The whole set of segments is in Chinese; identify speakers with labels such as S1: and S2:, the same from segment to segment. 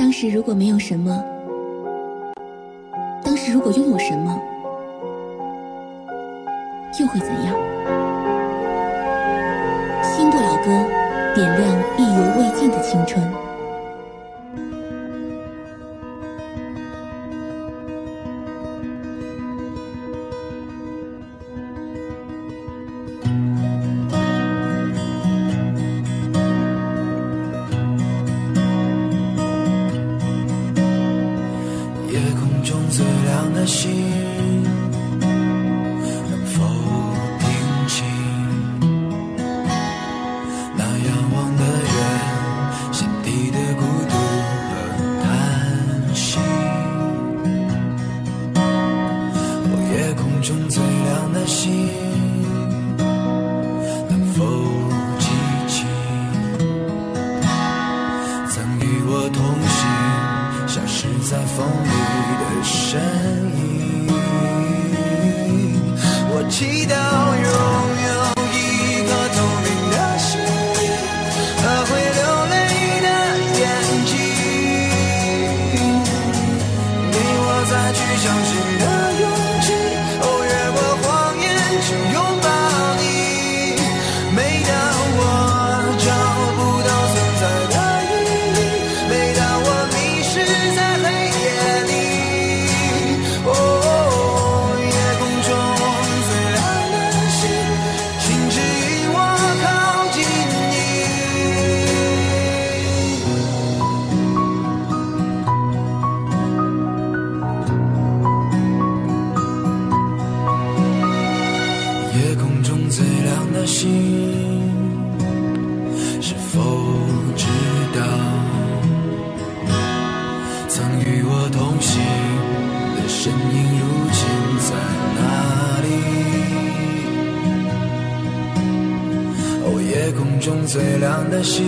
S1: 当时如果没有什么，当时如果拥有什么，又会怎样？新不老歌，点亮意犹未尽的青春。
S2: 夜空中最亮的星，能否听清那仰望的人心底的孤独和叹息？夜空中最亮的星，能否记起曾与我同行消失在风里的身影？我祈祷拥有一颗透明的心灵和会流泪的眼睛，给我再去相信的勇气。哦，越过谎言去拥抱你。每当我找不到存在的意义，每当我迷失在黑夜里，夜空中最亮的星，请指引我靠近你。夜空中最亮的星，是否知道曾与我同行的身影如今在哪里？夜空中最亮的星，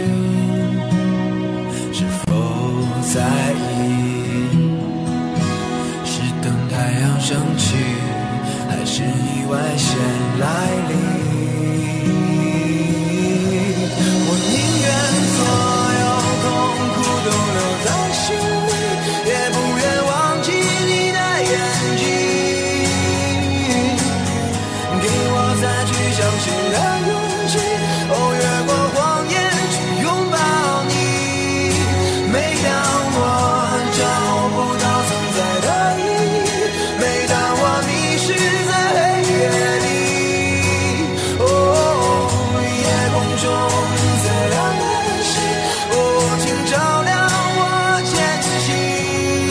S2: 是否在意？是等太阳升起，还是意外先来临？我宁愿所有痛苦都留在心里，也不愿忘记你的眼睛，给我再去相信的勇气。越过谎言去拥抱你。每当我找不到存在的意义，每当我迷失在黑夜里，夜空中最亮的星，请照亮我前行。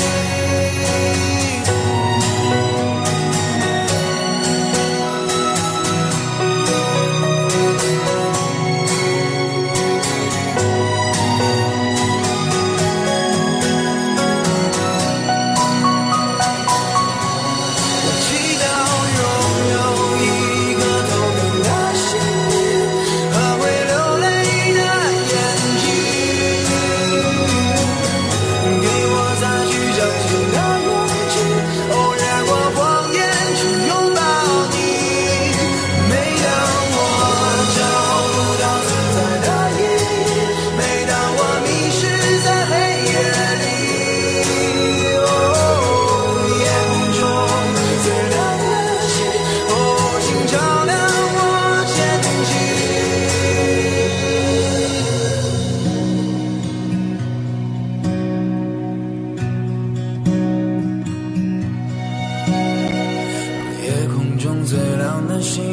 S2: 最亮的星，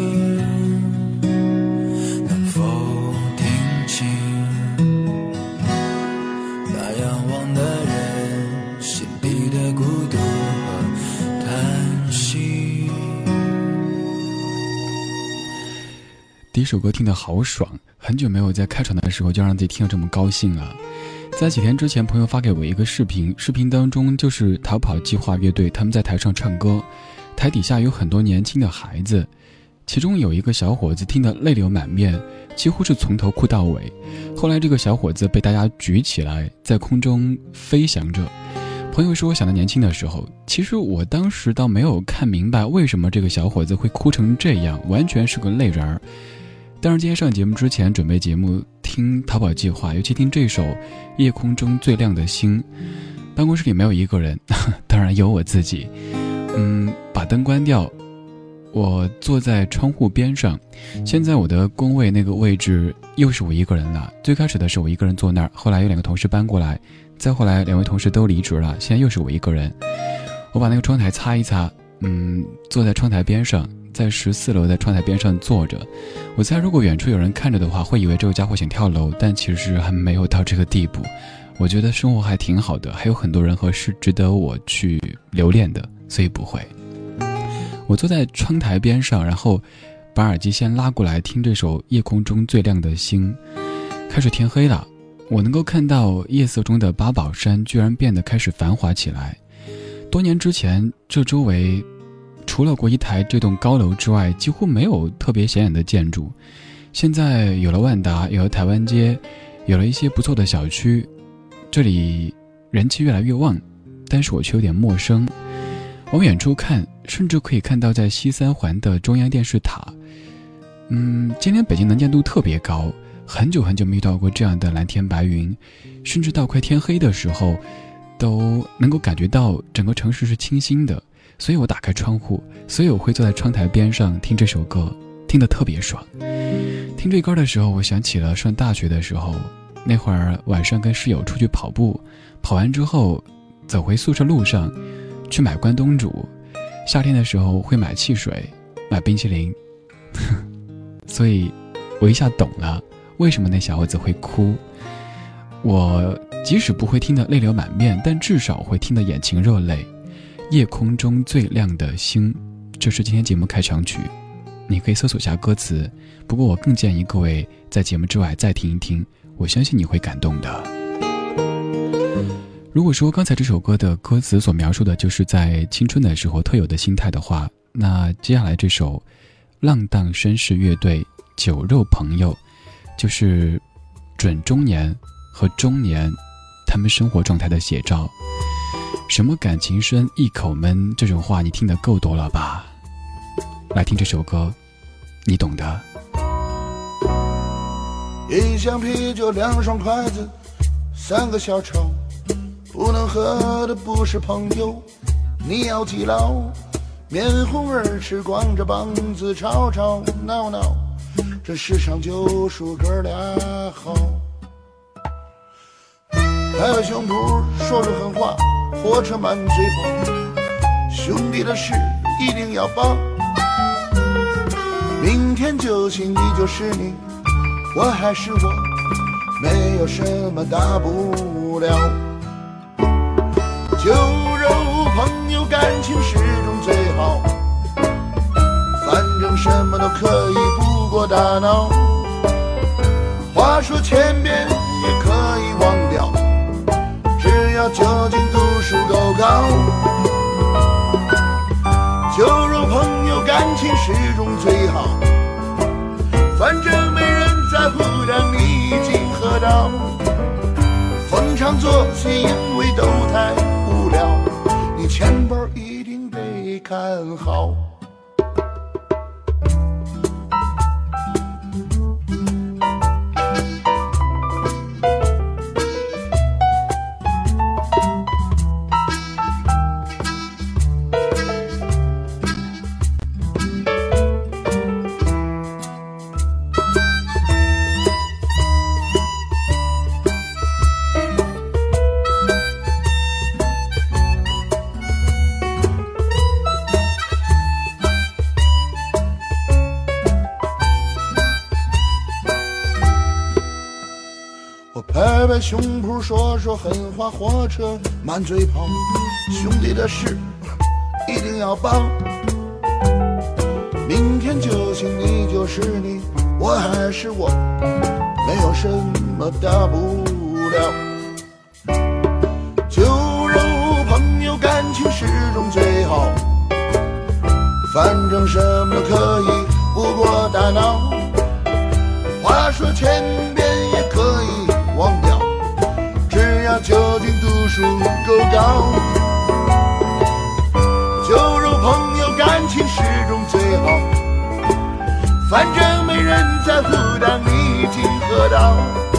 S2: 能否听清那仰望的人心底的孤独和叹息？
S3: 第一首歌听得好爽，很久没有在开场的时候就让自己听得这么高兴了。在几天之前，朋友发给我一个视频，视频当中就是逃跑计划乐队他们在台上唱歌，台底下有很多年轻的孩子，其中有一个小伙子听得泪流满面，几乎是从头哭到尾。后来这个小伙子被大家举起来，在空中飞翔着。朋友说，想到年轻的时候，其实我当时倒没有看明白为什么这个小伙子会哭成这样，完全是个泪人儿。但是今天上节目之前准备节目， 听淘宝计划，尤其听这首《夜空中最亮的星》。办公室里没有一个人，当然有我自己。把灯关掉，我坐在窗户边上。现在我的工位那个位置又是我一个人了。最开始的是我一个人坐那儿，后来有2个同事搬过来，再后来2位同事都离职了，现在又是我一个人。我把那个窗台擦一擦，坐在窗台边上，在14楼的窗台边上坐着。我猜如果远处有人看着的话，会以为这个家伙想跳楼，但其实还没有到这个地步。我觉得生活还挺好的，还有很多人和事值得我去留恋的，所以不会。我坐在窗台边上，然后把耳机先拉过来听这首《夜空中最亮的星》。开始天黑了，我能够看到夜色中的八宝山居然变得开始繁华起来。多年之前，这周围除了国一台这栋高楼之外，几乎没有特别显眼的建筑。现在有了万达，有了台湾街，有了一些不错的小区，这里人气越来越旺，但是我却有点陌生。往远处看，甚至可以看到在西三环的中央电视塔。今天北京能见度特别高，很久很久没遇到过这样的蓝天白云，甚至到快天黑的时候都能够感觉到整个城市是清新的。所以我打开窗户，所以我会坐在窗台边上听这首歌，听得特别爽。听这歌的时候，我想起了上大学的时候，那会儿晚上跟室友出去跑步，跑完之后走回宿舍路上去买关东煮，夏天的时候会买汽水，买冰淇淋。所以我一下懂了为什么那小伙子会哭。我即使不会听得泪流满面，但至少会听得眼前热泪。夜空中最亮的星，这是今天节目开场曲，你可以搜索下歌词，不过我更建议各位在节目之外再听一听，我相信你会感动的。如果说刚才这首歌的歌词所描述的就是在青春的时候特有的心态的话，那接下来这首浪荡绅士乐队酒肉朋友，就是准中年和中年他们生活状态的写照。什么感情深一口闷，这种话你听得够多了吧？来听这首歌，你懂的。
S4: 一箱啤酒，2双筷子，3个小丑，不能喝的不是朋友，你要记牢。面红耳赤，光着膀子吵吵闹闹，这世上就数哥俩好。拍拍胸脯说着狠话，火车满嘴跑，兄弟的事一定要帮。明天就行，你就是你，我还是我，没有什么大不了。酒肉朋友感情始终最好，反正什么都可以不过大脑。话说千遍也可以忘掉，只要酒精度数够高。酒肉朋友感情始终最好，反正没人在乎让你已经喝到。逢场作戏因为都太无聊，你钱包一定得看好。拍拍胸脯说说狠话，火车满嘴跑，兄弟的事一定要帮。明天就行，你就是你，我还是我，没有什么大不了。酒肉朋友感情始终最好，反正什么都可以不过大脑。话说千遍也可以忘掉，只要酒精度数够高。酒肉朋友感情始终最好，反正没人在乎当你已经喝到。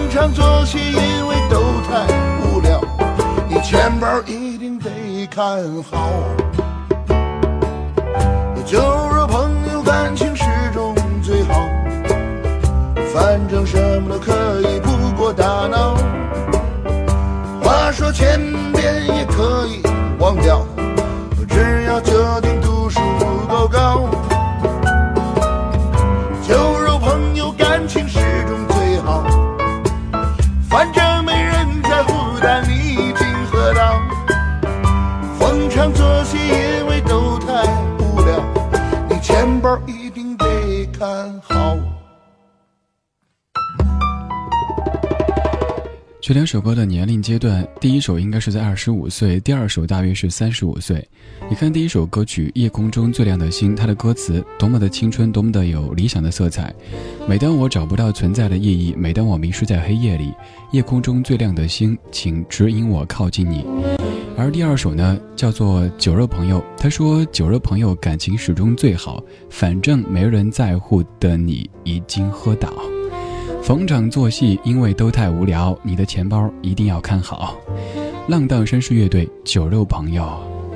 S4: 常作息，因为都太无聊。你钱包一定得看好，酒肉朋友感情始终最好。反正什么都可以，不过大脑。话说千遍也可以忘掉，只要决定读书够高。酒肉朋友感情始终最好，反正没人在乎，但你已经喝到。逢场作戏，因为都太无聊，你钱包一定得看好。
S3: 这两首歌的年龄阶段，第一首应该是在25岁，第二首大约是35岁。你看第一首歌曲《夜空中最亮的星》，它的歌词多么的青春，多么的有理想的色彩。每当我找不到存在的意义，每当我迷失在黑夜里，夜空中最亮的星，请指引我靠近你。而第二首呢，叫做《酒肉朋友》，他说酒肉朋友感情始终最好，反正没人在乎的你已经喝倒。逢场作戏，因为都太无聊，你的钱包一定要看好。浪荡绅士乐队《酒肉朋友》。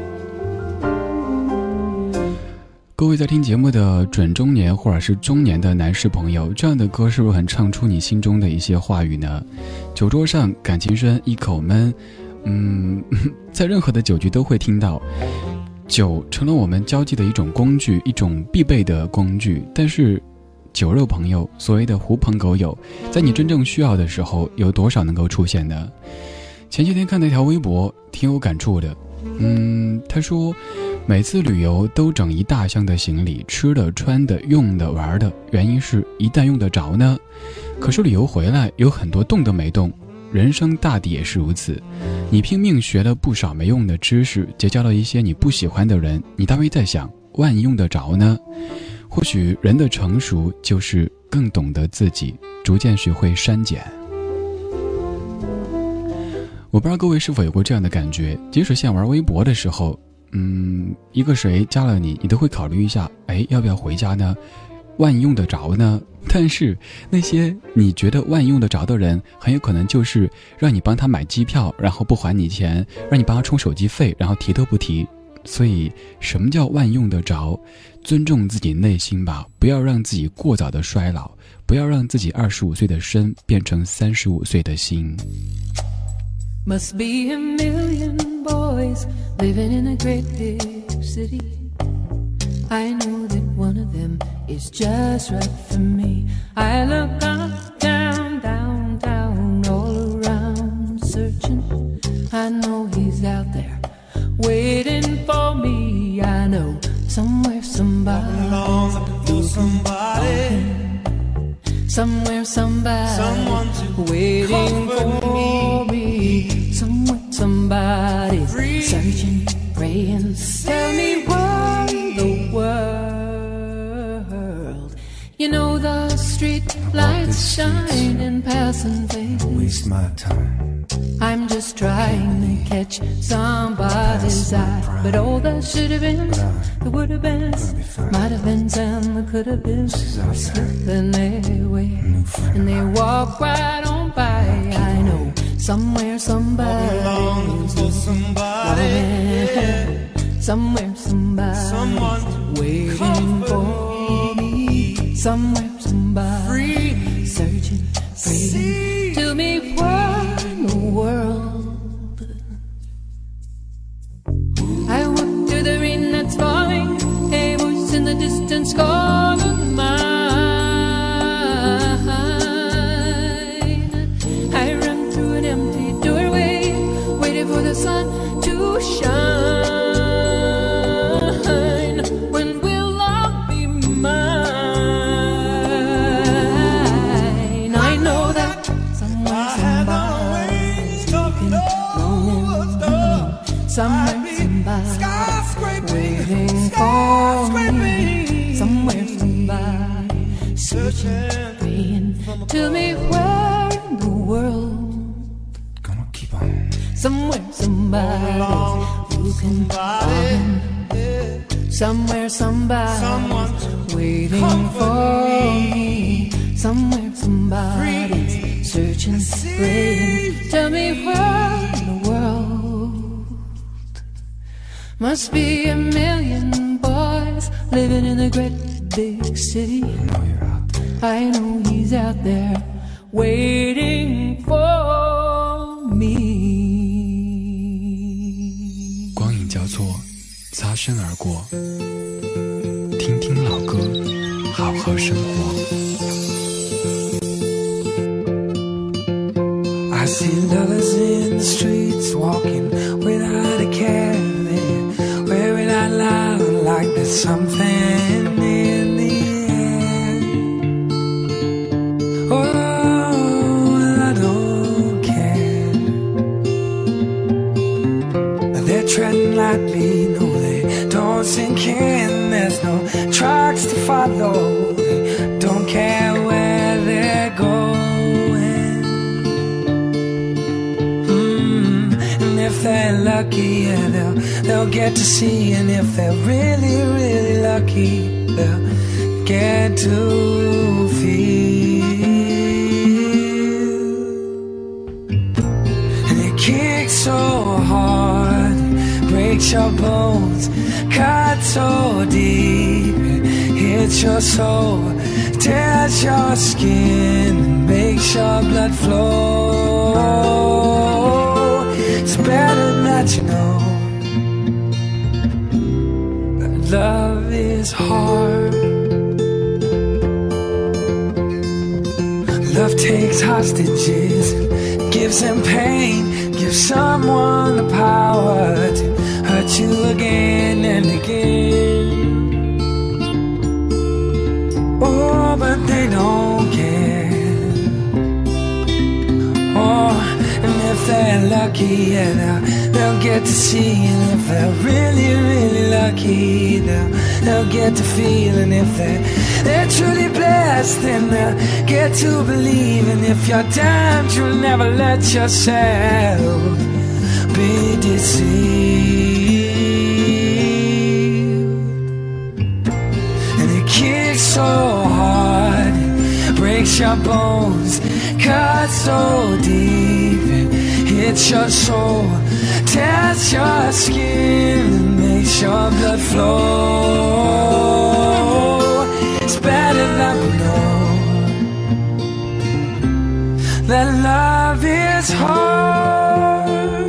S3: 各位在听节目的准中年或者是中年的男士朋友，这样的歌是不是很唱出你心中的一些话语呢？酒桌上感情深，一口闷，在任何的酒局都会听到。酒成了我们交际的一种工具，一种必备的工具，但是酒肉朋友，所谓的狐朋狗友，在你真正需要的时候，有多少能够出现呢？前几天看那条微博，挺有感触的。他说，每次旅游都整一大箱的行李，吃的、穿的、用的、玩的，原因是一旦用得着呢。可是旅游回来，有很多动都没动。人生大抵也是如此，你拼命学了不少没用的知识，结交了一些你不喜欢的人，你大约在想，万一用得着呢？或许人的成熟就是更懂得自己，逐渐学会删减。我不知道各位是否有过这样的感觉，即使像玩微博的时候，一个谁加了你，你都会考虑一下，要不要回家呢？万一用得着呢？但是那些你觉得万一用得着的人，很有可能就是让你帮他买机票，然后不还你钱，让你帮他充手机费，然后提都不提。所以什么叫万用得着？尊重自己内心吧，不要让自己过早的衰老，不要让自己25岁的身变成35岁的心。
S5: Must be a million boys living in a great big city. I know that one of them is just right for me. I look up, down, down, down, all around searching. I know he's out there waiting for me. I know somewhere somebody
S2: belongs to somebody.
S5: Somewhere somebody
S2: Someone to
S5: waiting
S2: comfort
S5: for me. Somewhere somebody
S2: Free.
S5: searching, praying. Tell me what in the world. You know the street lights shine and passing things.
S2: Waste my time.
S5: I'm just trying to catch somebody's eye. But all that should have been, that would have been, might have been, and that could have been, slipping away. And they walk right on by. I know somewhere somebody
S2: Belongs to somebody.
S5: Somewhere somebody
S2: Someone
S5: waiting for me. Somewhere somebody
S2: free.
S5: searching, praying. Tell me what in the world. I walk to the rain that's falling, a voice in the distance calling mine. I run through an empty doorway, waiting for the sun to shine. When will love be mine? I know that somewhere somebody's looking lonely. Somewhere somebody waiting for me. Somewhere somebody searching, praying. Tell me where in the world.
S2: Gonna keep on.
S5: Somewhere somebody's looking on. Somewhere somebody's waiting for me. Somewhere somebody's searching, praying. Tell me where in the world must be a million boys living in a great big city. I know he's out there waiting for me.
S3: 光影交错，擦身而过，听听老歌，好好生活。
S2: I see lovers in the streets walking without a care. They're wearing out loud like there's something in the air. Oh, I don't care. They're treading lightly, no, they don't sink in. There's no tracks to follow. They don't care where they're going. If they're lucky, yeah, they'll get to see. And if they're really, really lucky, they'll get to feel. And it kicks so hard, breaks your bones, cuts so deep, it hits your soul, tears your skin, and makes your blood flow. It's better that you know that love is hard. Love takes hostages, gives them pain, gives someone the power to hurt you again and again. Oh, but they don't care. Oh, and if they're lucky, yeah, they'll get to see. And if they're really, really lucky, they'll get to feel. And if they're truly blessed, then they'll get to believe. And if you're damned, you'll never let yourself be deceived. And it kicks so hard, breaks your bones, cuts so deep, hits your soul, tears your skin, and makes your blood flow. It's better that we know that love is hard.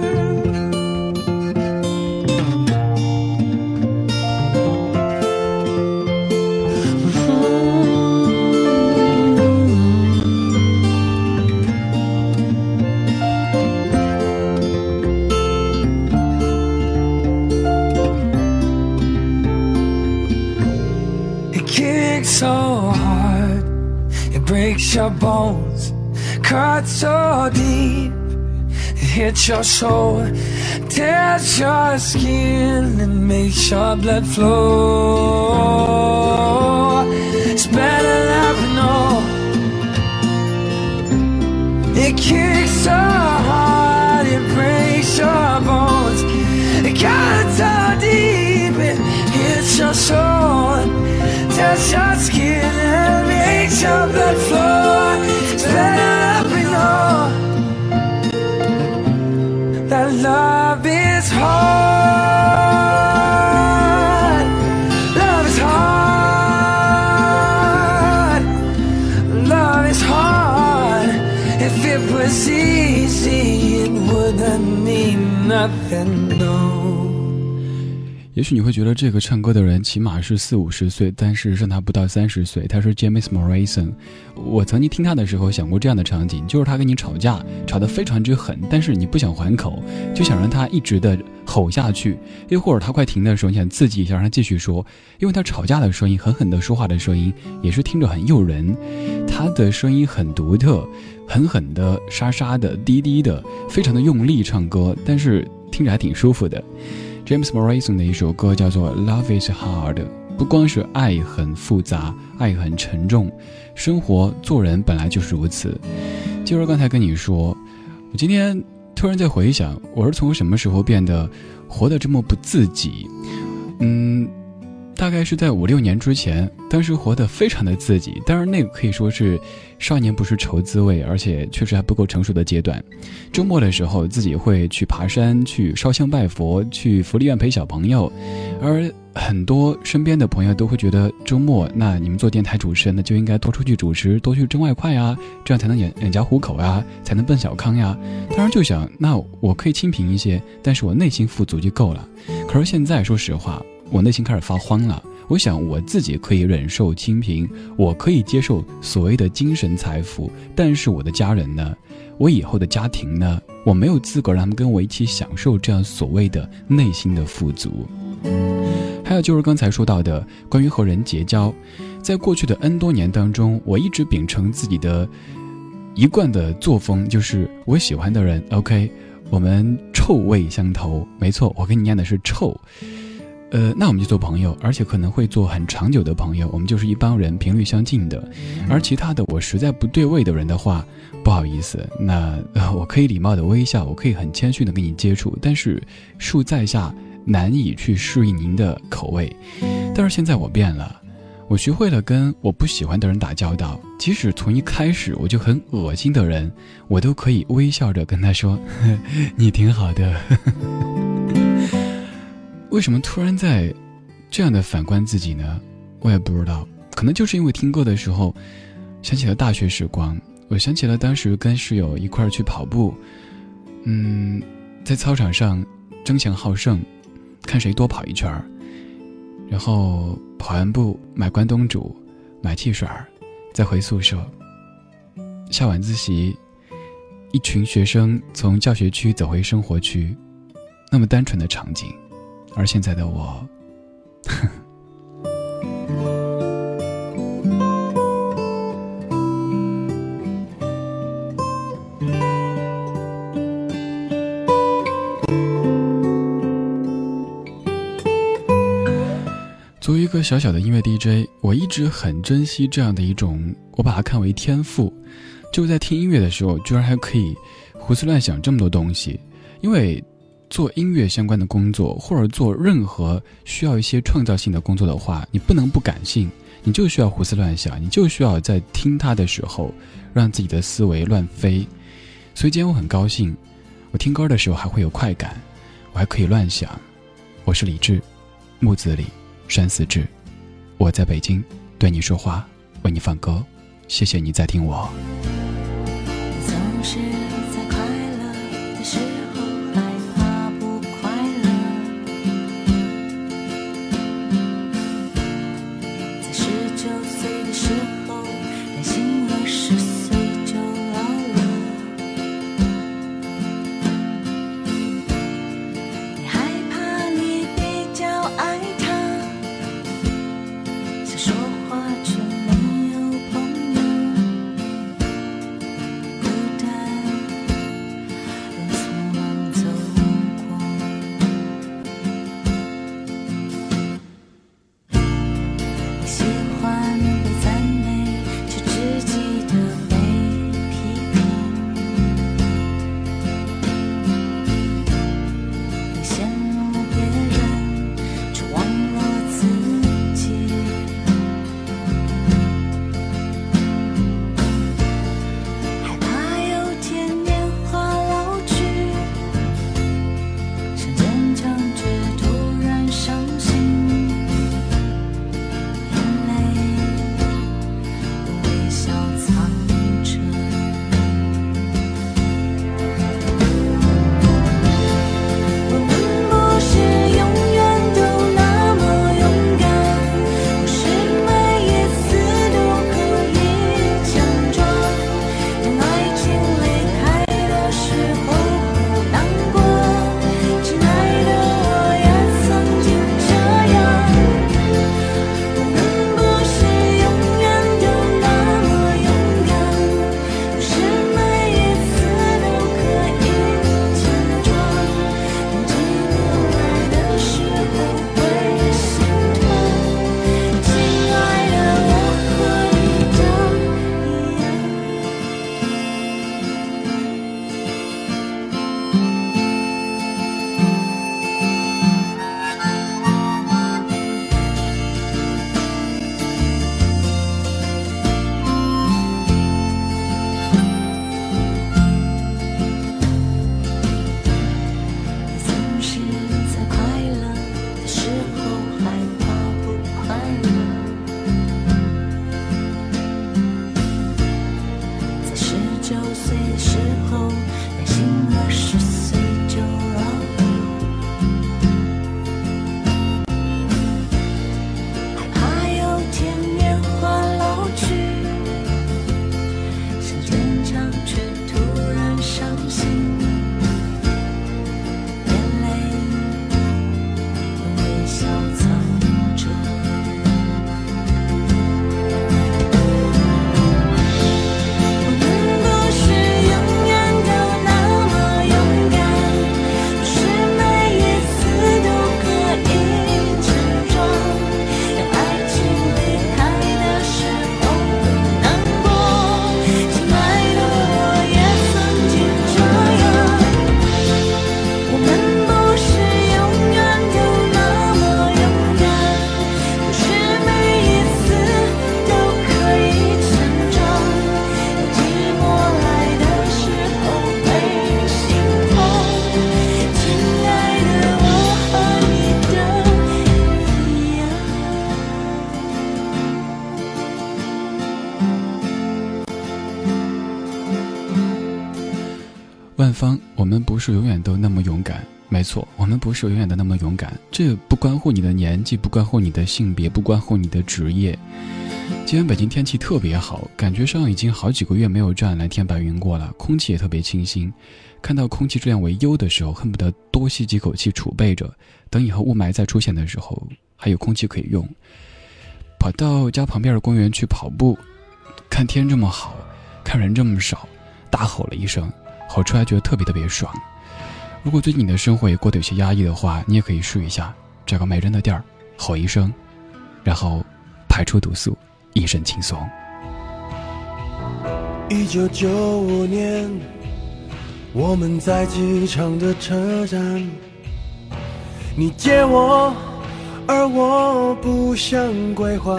S2: So hard, it breaks your bones, cuts so deep, it hits your soul, tears your skin, and makes your blood flow. It's better that we know. It kicks so hard, it breaks your bones, it cuts so deep, it hits your soul, tears your skin and makes your blood flow. It's better that we know that love is hard. Love is hard. Love is hard. If it was easy, it wouldn't mean nothing, no.
S3: 也许你会觉得这个唱歌的人起码是40-50岁，但事实上他不到30岁。他是 James Morrison。我曾经听他的时候想过这样的场景，就是他跟你吵架，吵得非常之狠，但是你不想还口，就想让他一直的吼下去，又或者他快停的时候，你想刺激一下让他继续说，因为他吵架的声音，狠狠的说话的声音，也是听着很诱人。他的声音很独特，狠狠的、沙沙的、低低的，非常的用力唱歌，但是听着还挺舒服的。James Morrison 的一首歌叫做 Love is Hard， 不光是爱很复杂，爱很沉重，生活做人本来就是如此。接着刚才跟你说，我今天突然在回想，我是从什么时候变得活得这么不自己。 大概是在5、6年之前，当时活得非常的自己，当然那个可以说是少年不识愁滋味，而且确实还不够成熟的阶段。周末的时候自己会去爬山，去烧香拜佛，去福利院陪小朋友，而很多身边的朋友都会觉得周末那你们做电台主持人，那就应该多出去主持，多去挣外快呀，这样才能养家糊口呀，才能奔小康呀。当然就想那我可以清贫一些，但是我内心富足就够了。可是现在说实话，我内心开始发慌了。我想我自己可以忍受清贫，我可以接受所谓的精神财富，但是我的家人呢？我以后的家庭呢？我没有资格让他们跟我一起享受这样所谓的内心的富足。还有就是刚才说到的关于和人结交，在过去的 N 多年当中，我一直秉承自己的一贯的作风，就是我喜欢的人 OK， 我们臭味相投，没错，我跟你念的是臭，那我们就做朋友，而且可能会做很长久的朋友，我们就是一帮人频率相近的。而其他的我实在不对味的人的话，不好意思，那我可以礼貌的微笑，我可以很谦虚的跟你接触，但是恕在下难以去适应您的口味。但是现在我变了，我学会了跟我不喜欢的人打交道，即使从一开始我就很恶心的人，我都可以微笑着跟他说你挺好的为什么突然在这样的反观自己呢？我也不知道，可能就是因为听歌的时候想起了大学时光，我想起了当时跟室友一块儿去跑步，在操场上争强好胜，看谁多跑一圈，然后跑完步买关东煮，买汽水，再回宿舍。下晚自习，一群学生从教学区走回生活区，那么单纯的场景。而现在的我作为一个小小的音乐 DJ， 我一直很珍惜这样的一种，我把它看为天赋。就在听音乐的时候，居然还可以胡思乱想这么多东西。因为做音乐相关的工作，或者做任何需要一些创造性的工作的话，你不能不感性，你就需要胡思乱想，你就需要在听它的时候让自己的思维乱飞。所以今天我很高兴，我听歌的时候还会有快感，我还可以乱想。我是李志，木子李，山寺志，我在北京对你说话，为你放歌，谢谢你在听我。
S6: 总是在快乐的时候害怕不快乐，在19岁的时候担心20岁就老了，你害怕你比较爱他，想说话却没有朋友，孤单
S3: 万芳，我们不是永远都那么勇敢。没错，我们不是永远的那么勇敢，这不关乎你的年纪，不关乎你的性别，不关乎你的职业。今天北京天气特别好，感觉上已经好几个月没有这样蓝天白云过了，空气也特别清新。看到空气质量为优的时候，恨不得多吸几口气储备着，等以后雾霾再出现的时候还有空气可以用。跑到家旁边的公园去跑步，看天这么好，看人这么少，大吼了一声，吼出来觉得特别爽。如果最近你的生活也过得有些压抑的话，你也可以试一下，找个没人的地儿吼一声，然后排出毒素，一身轻松。
S2: 1995年，我们在机场的车站，你借我，而我不想归还。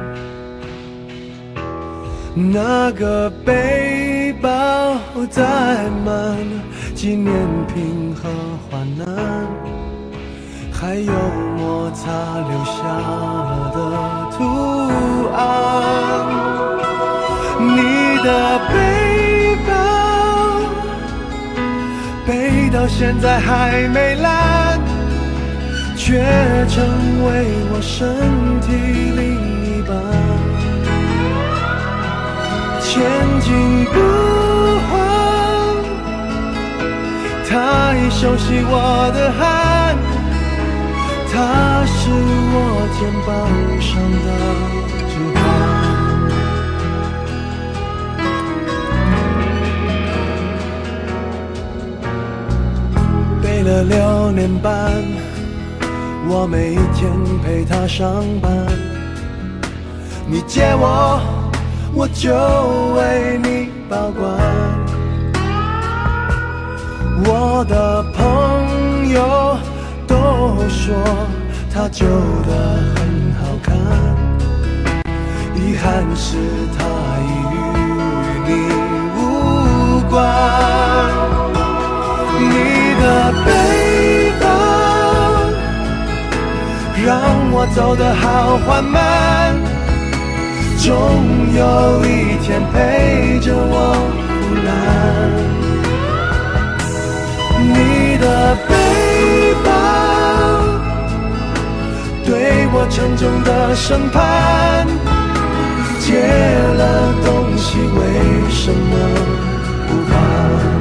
S2: 那个背包载满纪念品和患难，还有摩擦留下的图案。你的背包背到现在还没烂，却成为我身体另一半。前进不换，他已熟悉我的汗，他是我肩膀上的指环。背了6年半，我每一天陪他上班，你借我，我就为你保管。我的朋友都说他旧的很好看，遗憾是他已与你无关。你的背包让我走得好缓慢，终有一天陪着我腐烂。你的背包对我沉重的审判，借了东西为什么不还？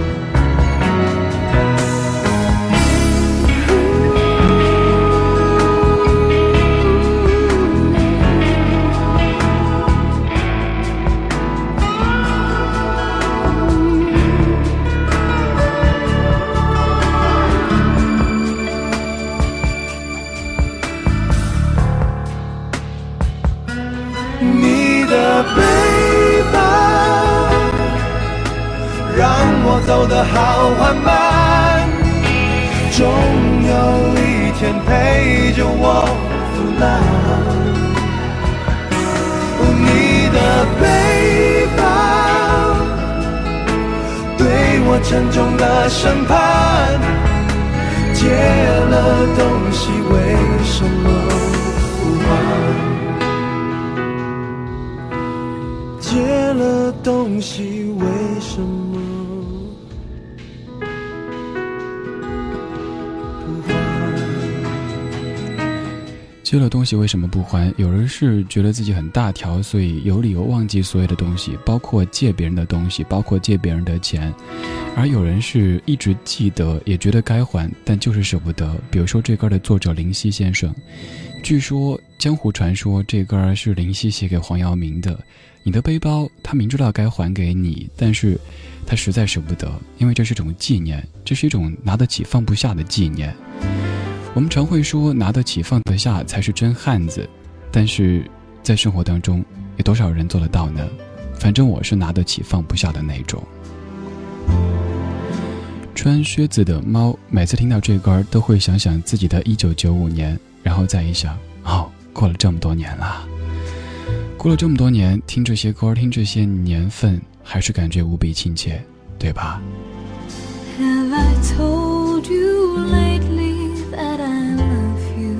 S2: 走得好缓慢，终有一天陪着我腐烂。你的背包对我沉重的审判，借了东西为什么不还？借了东西为什么？
S3: 借了东西为什么不还？有人是觉得自己很大条，所以有理由忘记所有的东西，包括借别人的东西，包括借别人的钱。而有人是一直记得，也觉得该还，但就是舍不得。比如说这歌的作者林夕先生，据说江湖传说这歌是林夕写给黄耀明的。你的背包他明知道该还给你，但是他实在舍不得，因为这是种纪念，这是一种拿得起放不下的纪念。我们常会说拿得起放得下才是真汉子，但是在生活当中有多少人做得到呢？反正我是拿得起放不下的那种。穿靴子的猫每次听到这歌都会想想自己的1995年，然后再一想，过了这么多年了，过了这么多年，听这些歌，听这些年份，还是感觉无比亲切，对吧？
S6: Have I told you lately that I love you?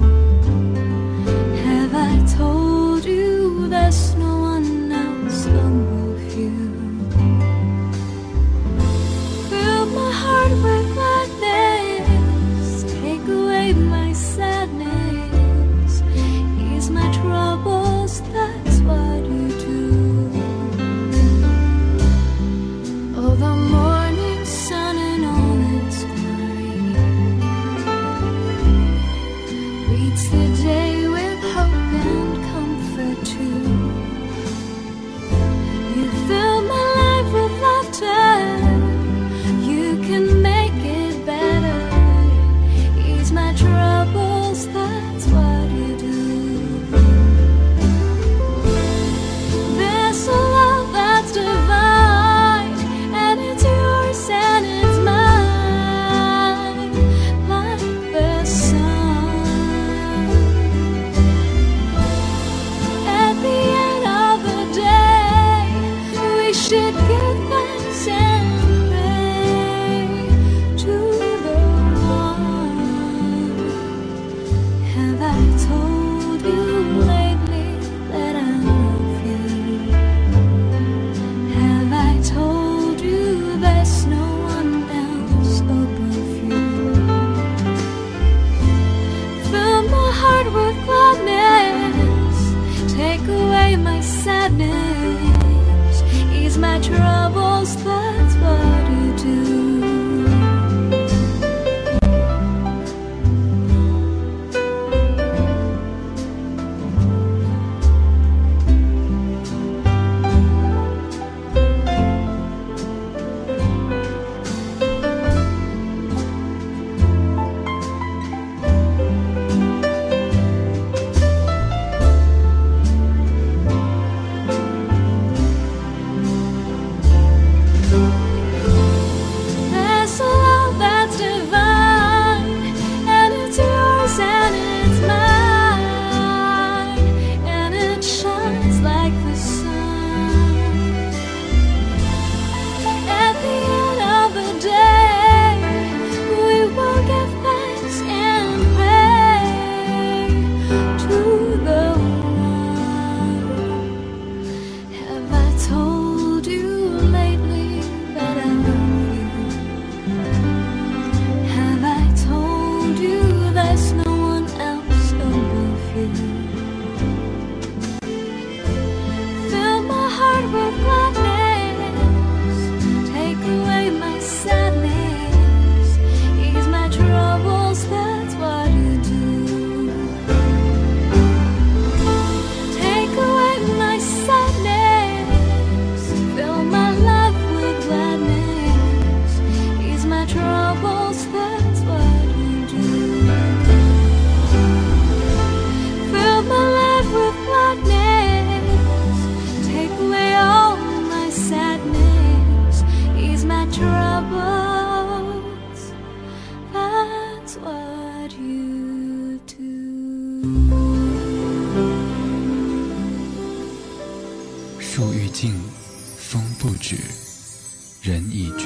S6: Have I told you there's no one else above you?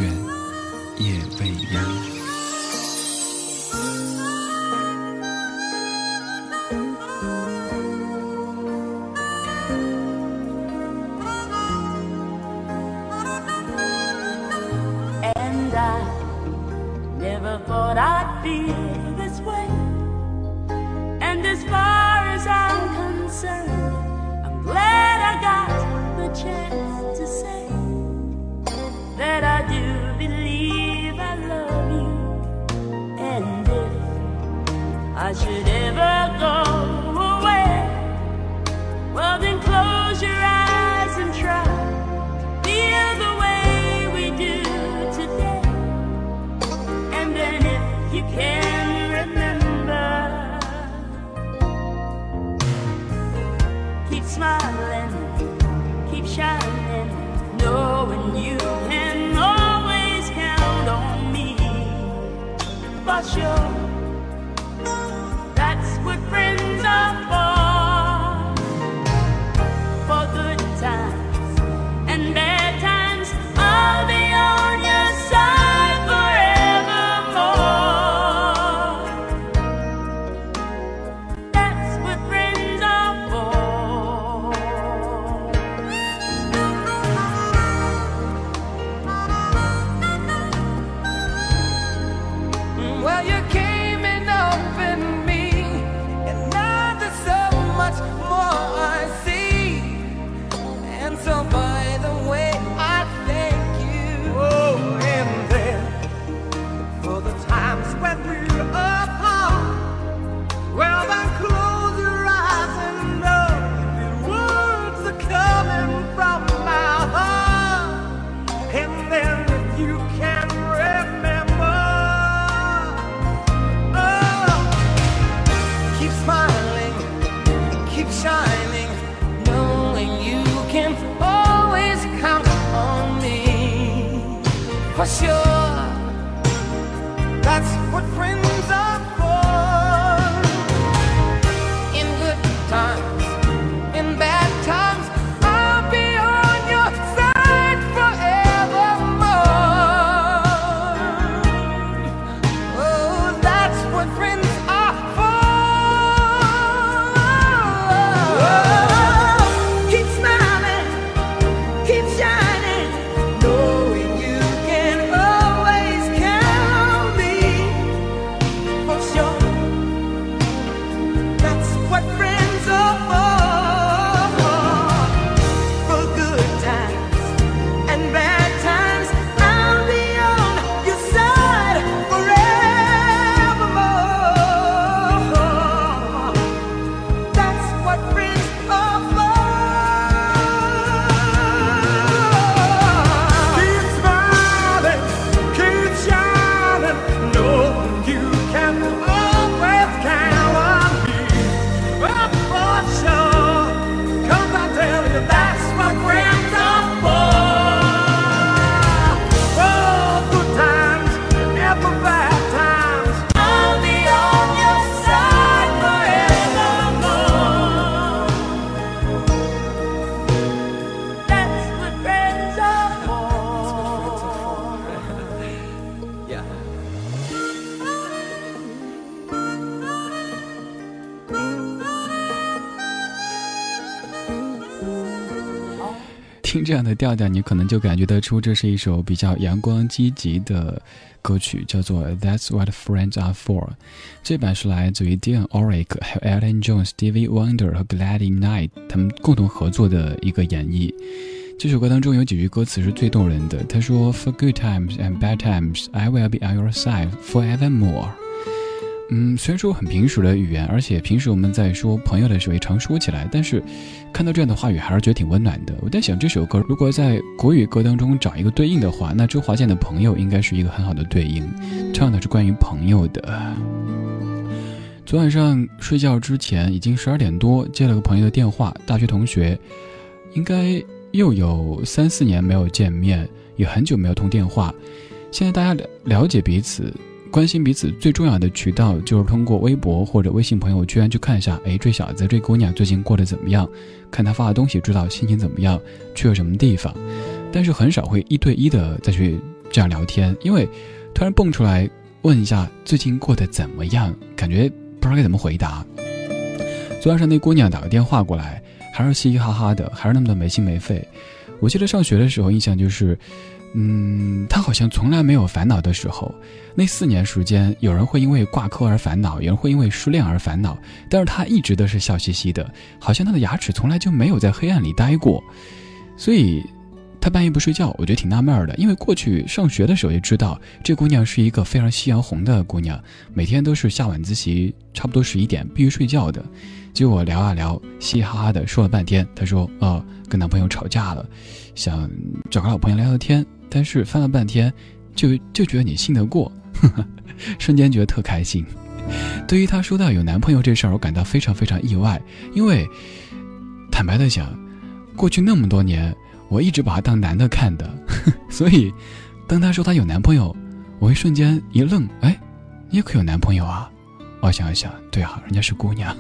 S3: 卷，夜未央。
S6: Never thought I'd feel this way. And as far as I'm concerned, I'm glad I got the chance to say that I do believe I love you. And if I should ever go away, well then close your eyes and try to feel the way we do today. And then if you can remember, keep smiling, keep shining, knowing you can always count on me. For sure, that's what friends are for good times and bad times. I'll be on your side forevermore. That's what friends are for. Well, you came in up in me, and now there's so much more I see. And so by the way, I thank you.
S2: Oh, and then for the times when we're apart, well then close your eyes and know the words are coming from my heart. And then if you can remember, oh, keep smiling, keep shining, knowing you can always count on me. For sure, that's what friends are for. In good times, in bad times, I'll be on your side forevermore. Oh, that's what friends are for. Keep smiling, keep shining, knowing you can always count me. For sure, that's what friends are for good times and bad times. I'll be on your side forevermore. That's what friends are for. Keep smiling, keep shining, knowing you can always count on me. Well, for sure, 'cause I tell you that's what friends are for. Oh, good times and for bad times, I'll be on your side forevermore. That's what friends are for. Yeah.
S3: 听这样的调调，你可能就感觉得出这是一首比较阳光积极的歌曲，叫做 That's What Friends Are For。 这版是来自于 Dionne Warwick 还有 Elton John、Stevie Wonder 和 Gladys Knight 他们共同合作的一个演绎。这首歌当中有几句歌词是最动人的，他说 For good times and bad times, I will be on your side forevermore。虽然说很平实的语言，而且平时我们在说朋友的时候也常说起来，但是看到这样的话语还是觉得挺温暖的。我在想，这首歌如果在国语歌当中找一个对应的话，那周华健的朋友应该是一个很好的对应，唱的是关于朋友的。昨晚上睡觉之前已经12点多，接了个朋友的电话，大学同学，应该又有3-4年没有见面，也很久没有通电话。现在大家了解彼此，关心彼此最重要的渠道就是通过微博或者微信朋友圈去看一下，这小子这姑娘最近过得怎么样，看她发的东西知道心情怎么样，去了什么地方，但是很少会1对1的再去这样聊天，因为突然蹦出来问一下最近过得怎么样，感觉不知道该怎么回答。昨晚上那姑娘打个电话过来，还是嘻嘻哈哈的，还是那么的没心没肺。我记得上学的时候印象就是她好像从来没有烦恼的时候。那4年时间，有人会因为挂科而烦恼，有人会因为失恋而烦恼，但是她一直都是笑嘻嘻的，好像她的牙齿从来就没有在黑暗里待过。所以她半夜不睡觉，我觉得挺纳闷的，因为过去上学的时候就知道这姑娘是一个非常夕阳红的姑娘，每天都是下晚自习差不多11点必须睡觉的。结果聊啊聊，嘻嘻哈哈的说了半天，她说跟男朋友吵架了，想找个老朋友聊聊天，但是翻了半天就觉得你信得过，瞬间觉得特开心。对于她说到有男朋友这事儿，我感到非常非常意外，因为坦白的讲，过去那么多年我一直把她当男的看的，所以当她说她有男朋友，我会瞬间一愣，哎，你也可有男朋友啊？我想一想，对啊，人家是姑娘。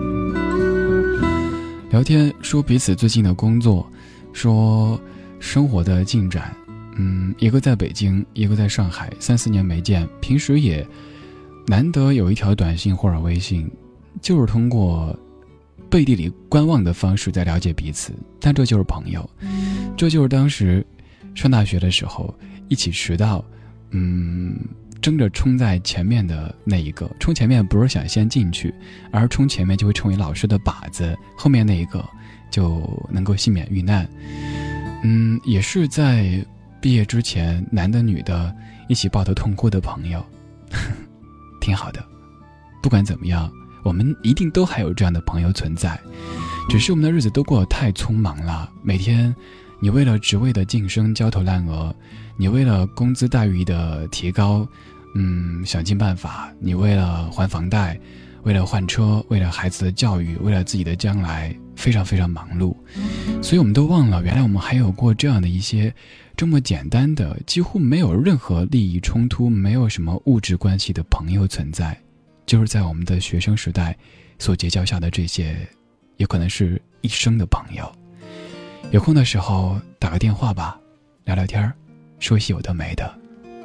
S3: 聊天说彼此最近的工作，说生活的进展，一个在北京，一个在上海，3、4年没见，平时也难得有一条短信或者微信，就是通过背地里观望的方式在了解彼此，但这就是朋友。这就是当时上大学的时候一起迟到，争着冲在前面的那一个，冲前面不是想先进去，而冲前面就会成为老师的靶子，后面那一个就能够幸免遇难。也是在毕业之前，男的女的一起抱头痛哭的朋友，挺好的。不管怎么样，我们一定都还有这样的朋友存在，只是我们的日子都过得太匆忙了，每天你为了职位的晋升焦头烂额，你为了工资待遇的提高想尽办法，你为了还房贷，为了换车，为了孩子的教育，为了自己的将来，非常非常忙碌。所以我们都忘了，原来我们还有过这样的一些这么简单的，几乎没有任何利益冲突，没有什么物质关系的朋友存在，就是在我们的学生时代所结交下的这些，也可能是一生的朋友。有空的时候打个电话吧，聊聊天，说些有的没的。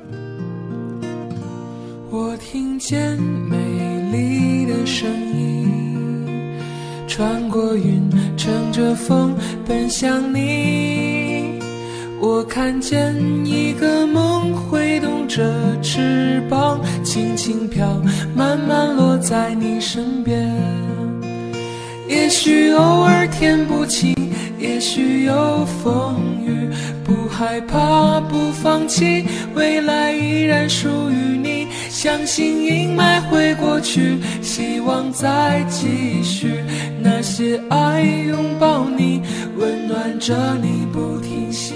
S5: 我听见美丽的声音，穿过云，乘着风奔向你。我看见一个梦挥动着翅膀，轻轻飘，慢慢落在你身边。也许偶尔天不晴，也许有风雨，不害怕，不放弃，未来依然属于你。相信阴霾会过去，希望再继续，那些爱拥抱你，温暖着你不停息。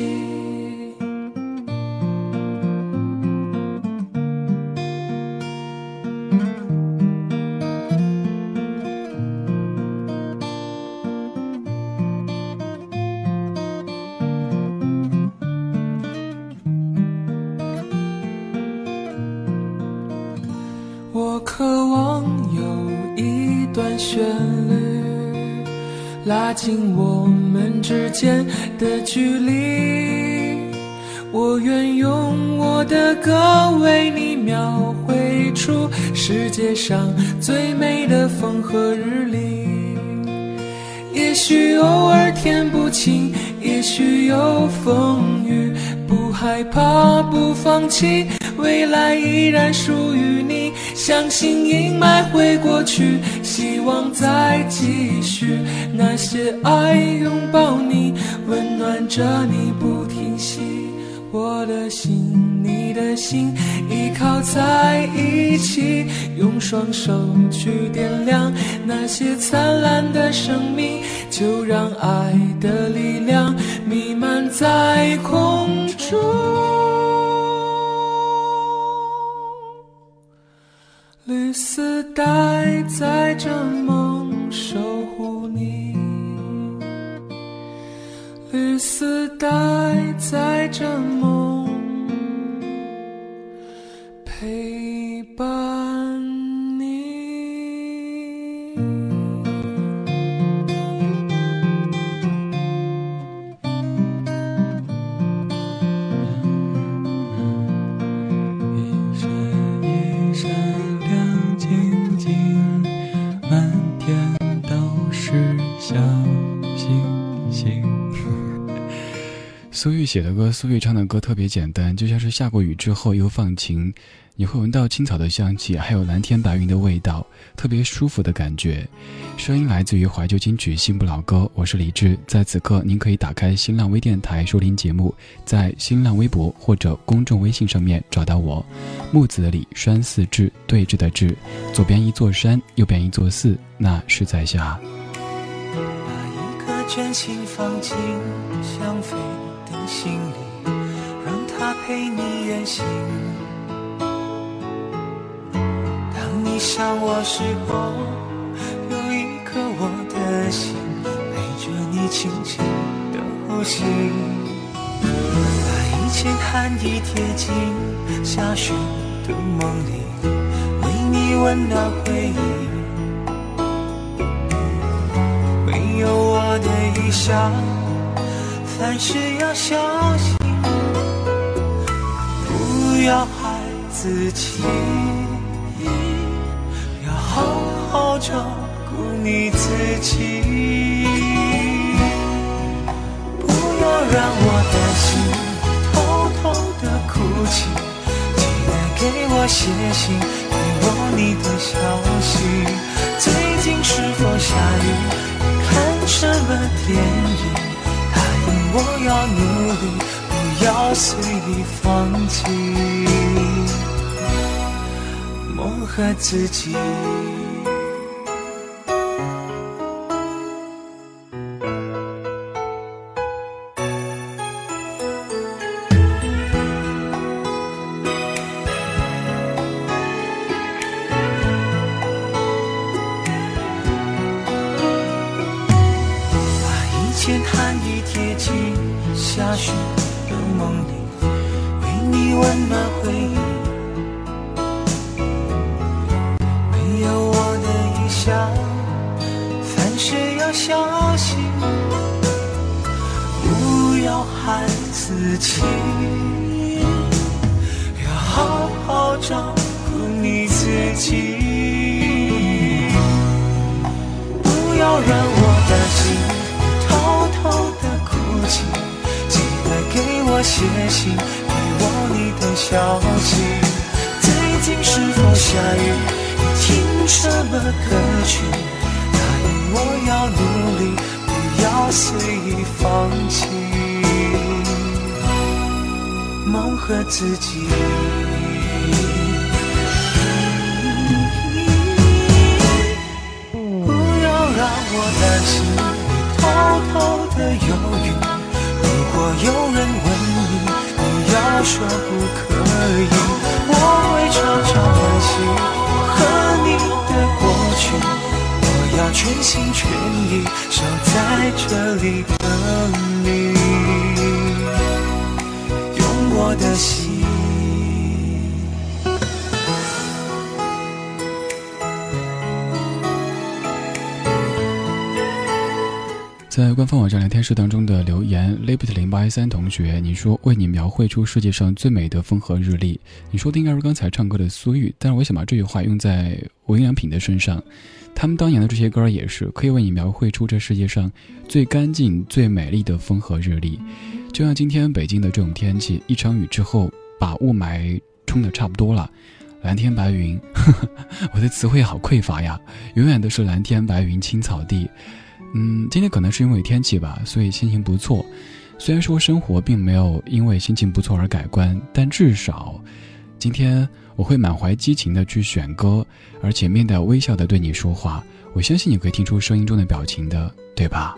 S5: 我渴望有一段旋律，拉近我们之间的距离。我愿用我的歌为你描绘出世界上最美的风和日丽。也许偶尔天不晴，也许有风雨，不害怕，不放弃，未来依然属于你。相信阴霾会过去，希望再继续，那些爱拥抱你，温暖着你不停息。我的心，你的心，依靠在一起，用双手去点亮那些灿烂的生命，就让爱的力量弥漫在空中。绿丝带载着梦守护你，绿丝带载着梦陪伴你。
S3: 苏玉写的歌，苏玉唱的歌特别简单，就像是下过雨之后又放晴，你会闻到青草的香气，还有蓝天白云的味道，特别舒服的感觉。声音来自于怀旧金曲新不老歌，我是李志。在此刻您可以打开新浪微电台收听节目，在新浪微博或者公众微信上面找到我，木子李，山寺志，对峙的志，左边一座山，右边一座寺，那是在下。
S2: 把一颗真心放进想飞的心里，让它陪你远行。当你想我时候，有一颗我的心陪着你轻轻的呼吸。把一件寒衣贴进下雪的梦里，为你温暖回忆。没有我的意向，凡事要小心，不要害自己，要好好照顾你自己。不要让我的心偷偷的哭泣，记得给我写信，给我你的消息。最近是否下雨？看什么电影？答应我要努力，不要随意放弃，磨合自己。件寒衣贴近下雪的梦里，为你温暖回忆。没有我的意向，凡事要小心，不要害自己，要好好照顾你自己。不要让我的心偷偷的哭泣，记得给我写信，给我你的消息。最近是否下雨？你听什么歌曲？答应我要努力，不要随意放弃，磨合自己。不要让我担心偷偷的犹豫，如果有人问你，你要说不可以。我会常常惋惜我和你的过去，我要全心全意守在这里等你，用我的心。
S3: 在官方网站聊天室当中的留言 Libit0813 同学，你说为你描绘出世界上最美的风和日丽。你说的应该是刚才唱歌的苏玉，但是我想把这句话用在无印良品的身上，他们当年的这些歌也是可以为你描绘出这世界上最干净最美丽的风和日丽。就像今天北京的这种天气，一场雨之后把雾霾冲得差不多了，蓝天白云我的词汇好匮乏呀，永远都是蓝天白云青草地。今天可能是因为天气吧，所以心情不错。虽然说生活并没有因为心情不错而改观，但至少今天我会满怀激情的去选歌，而且面带微笑的对你说话。我相信你可以听出声音中的表情的，对吧？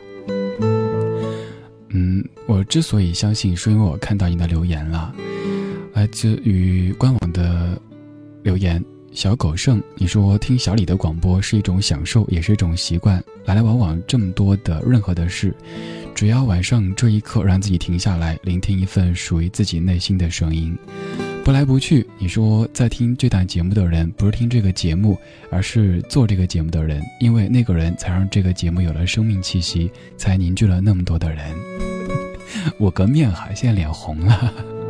S3: 我之所以相信，是因为我看到你的留言了，来自于官网的留言。小狗剩，你说听小李的广播是一种享受，也是一种习惯。来来往往这么多的任何的事，只要晚上这一刻让自己停下来，聆听一份属于自己内心的声音。不来不去，你说在听这档节目的人不是听这个节目，而是做这个节目的人，因为那个人才让这个节目有了生命气息，才凝聚了那么多的人。我个面还现在脸红了。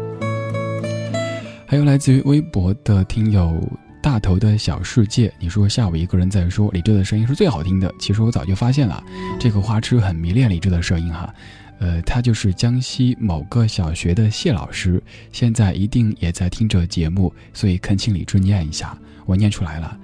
S3: 还有来自于微博的听友大头的小世界，你说下午一个人在说李志的声音是最好听的，其实我早就发现了，这个花痴很迷恋李志的声音哈。 他就是江西某个小学的谢老师，现在一定也在听着节目，所以恳请李志念一下，我念出来了。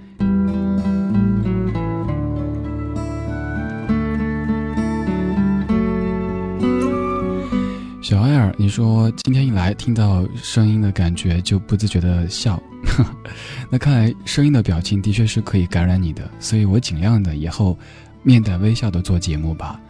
S3: 小艾尔，你说今天一来听到声音的感觉就不自觉的笑，那看来声音的表情的确是可以感染你的，所以我尽量的以后面带微笑的做节目吧。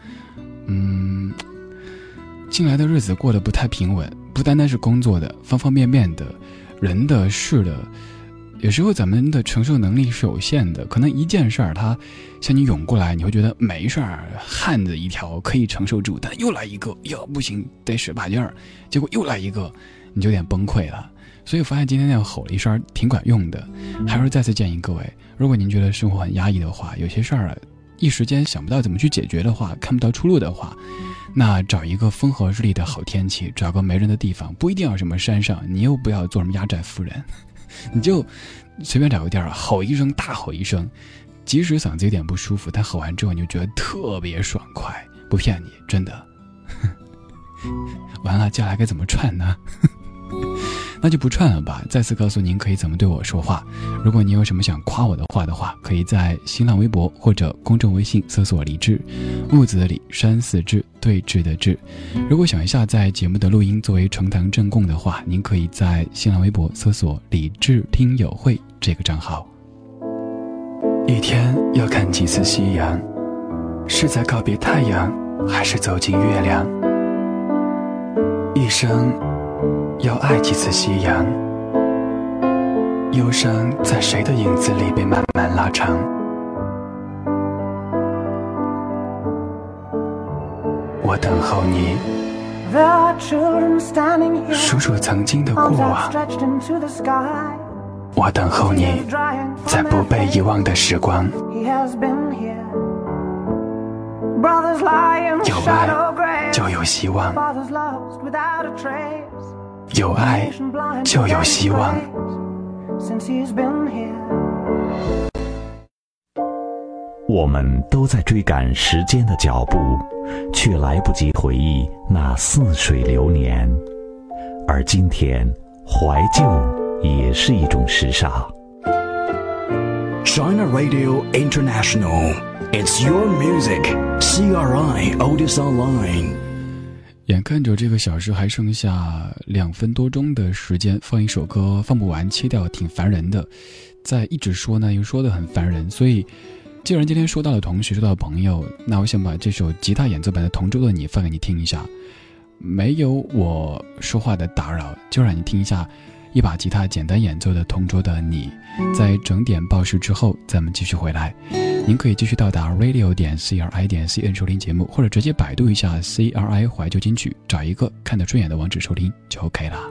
S3: 近来的日子过得不太平稳，不单单是工作的，方方面面的，人的事的，有时候咱们的承受能力是有限的，可能一件事儿它向你涌过来，你会觉得没事儿，汉子一条可以承受住，但又来一个，哟不行，得使把劲儿，结果又来一个，你就有点崩溃了。所以我发现今天那样吼了一声挺管用的。还是再次建议各位，如果您觉得生活很压抑的话，有些事儿一时间想不到怎么去解决的话，看不到出路的话，那找一个风和日丽的好天气，找个没人的地方，不一定要什么山上，你又不要做什么压寨夫人，你就随便找个地儿吼一声，大吼一声，即使嗓子有点不舒服，但吼完之后你就觉得特别爽快，不骗你，真的。完了，接下来该怎么串呢？那就不串了吧。再次告诉您可以怎么对我说话。如果你有什么想夸我的话，可以在新浪微博或者公众微信搜索李志，木子李，山寺志，对峙的志。如果想下载节目的录音作为呈堂证供的话，您可以在新浪微博搜索李志听友会这个账号。一天要看几次夕阳，是在告别太阳，还是走进月亮？一生要爱几次夕阳，忧伤在谁的影子里被慢慢拉长。我等候你，数数曾经的过往。我等候你，在不被遗忘的时光。有爱就有希望，有爱就有希望。
S7: 我们都在追赶时间的脚步，却来不及回忆那似水流年。而今天，怀旧也是一种时尚。
S8: China Radio International, it's your music. CRI Otis Online.
S3: 眼看着这个小时还剩下2分多钟的时间，放一首歌放不完，切掉挺烦人的。再一直说呢，又说得很烦人，所以既然今天说到了同学，说到了朋友，那我想把这首吉他演奏版的《同桌的你》放给你听一下。没有我说话的打扰，就让你听一下一把吉他简单演奏的《同桌的你》。在整点报时之后，咱们继续回来。您可以继续到达 radio.cri.cn 收听节目，或者直接百度一下 CRI 怀旧金曲，找一个看得顺眼的网址收听就 OK 了。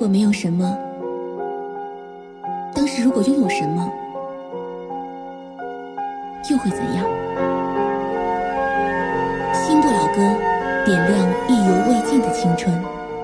S1: 没有什么，当时如果拥有什么，又会怎样？新不老歌，点亮意犹未尽的青春。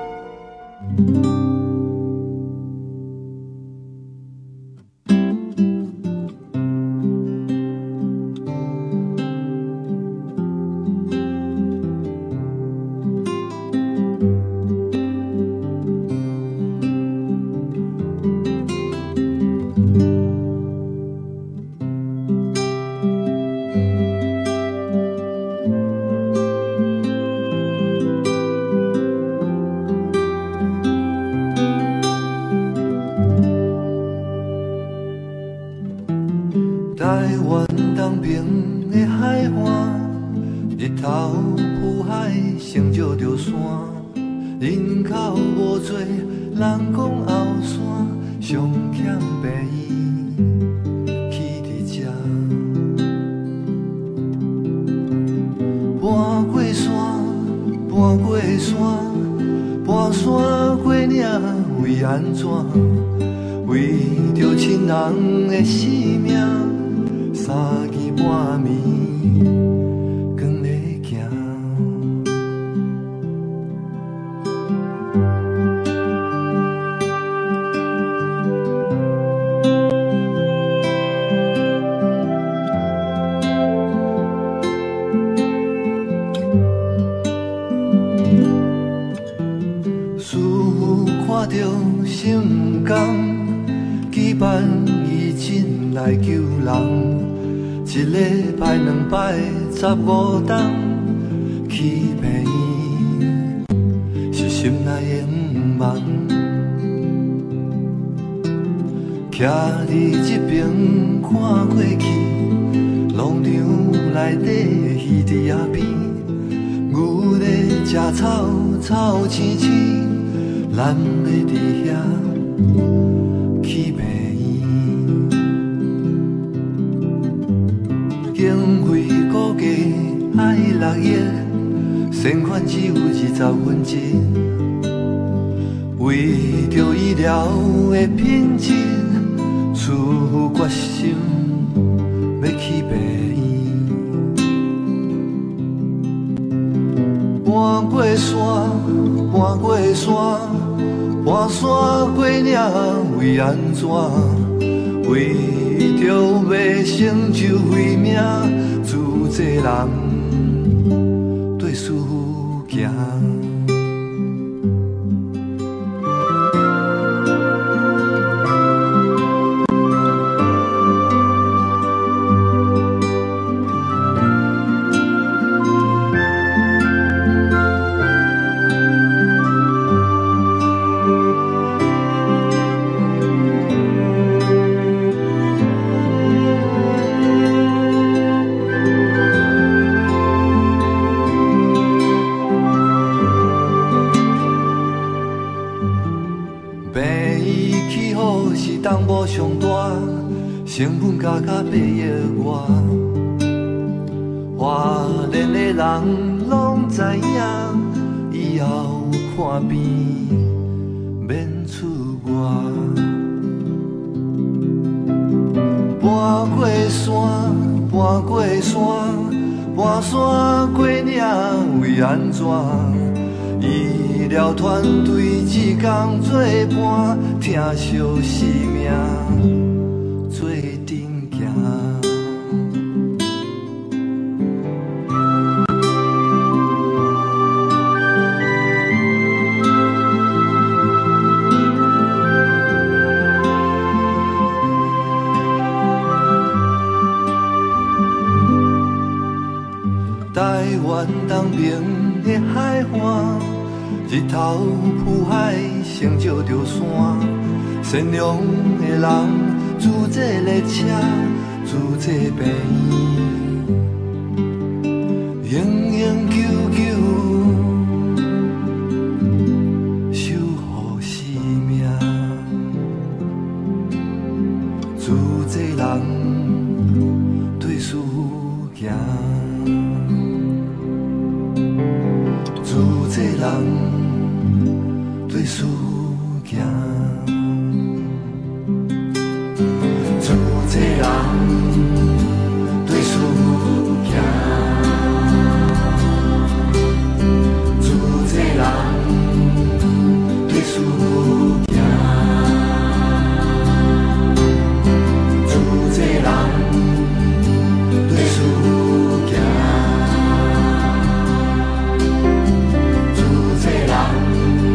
S2: 台湾东边的海岸，日头浮海，成就着山。人口无多，人讲后山上欠便宜，起伫这。搬过山，搬过山，搬山过岭，为安怎？为着亲人的性命。三更半暝，光咧行。师父看着心不甘，期盼伊进来救人。一礼拜两摆15天起病医，是心内的毋茫。徛伫这边看过去，农场内底鱼伫遐边，牛咧食草，草青青，咱要伫遐起病。经费估计爱6亿，善款只有20分之一。为着医疗的品质，出决心要去病院。搬过山，搬过山，搬山过岭，为安怎？为着要成就慧命，自这人对师父行。东部上大，成本加8亿外。花莲的人拢知影，以后看病免出外。搬过山，搬过山，搬山过岭，为安怎？医疗团队只工作伴，疼惜生命做阵行。台湾东边的海岸，日头浮海，成就着山。善良的人，自这列车，自这病院，永永久久守护生命。自这人对事行。自这人对事行。 自这人对事行，自这人对事行，自这人对事行，自这人。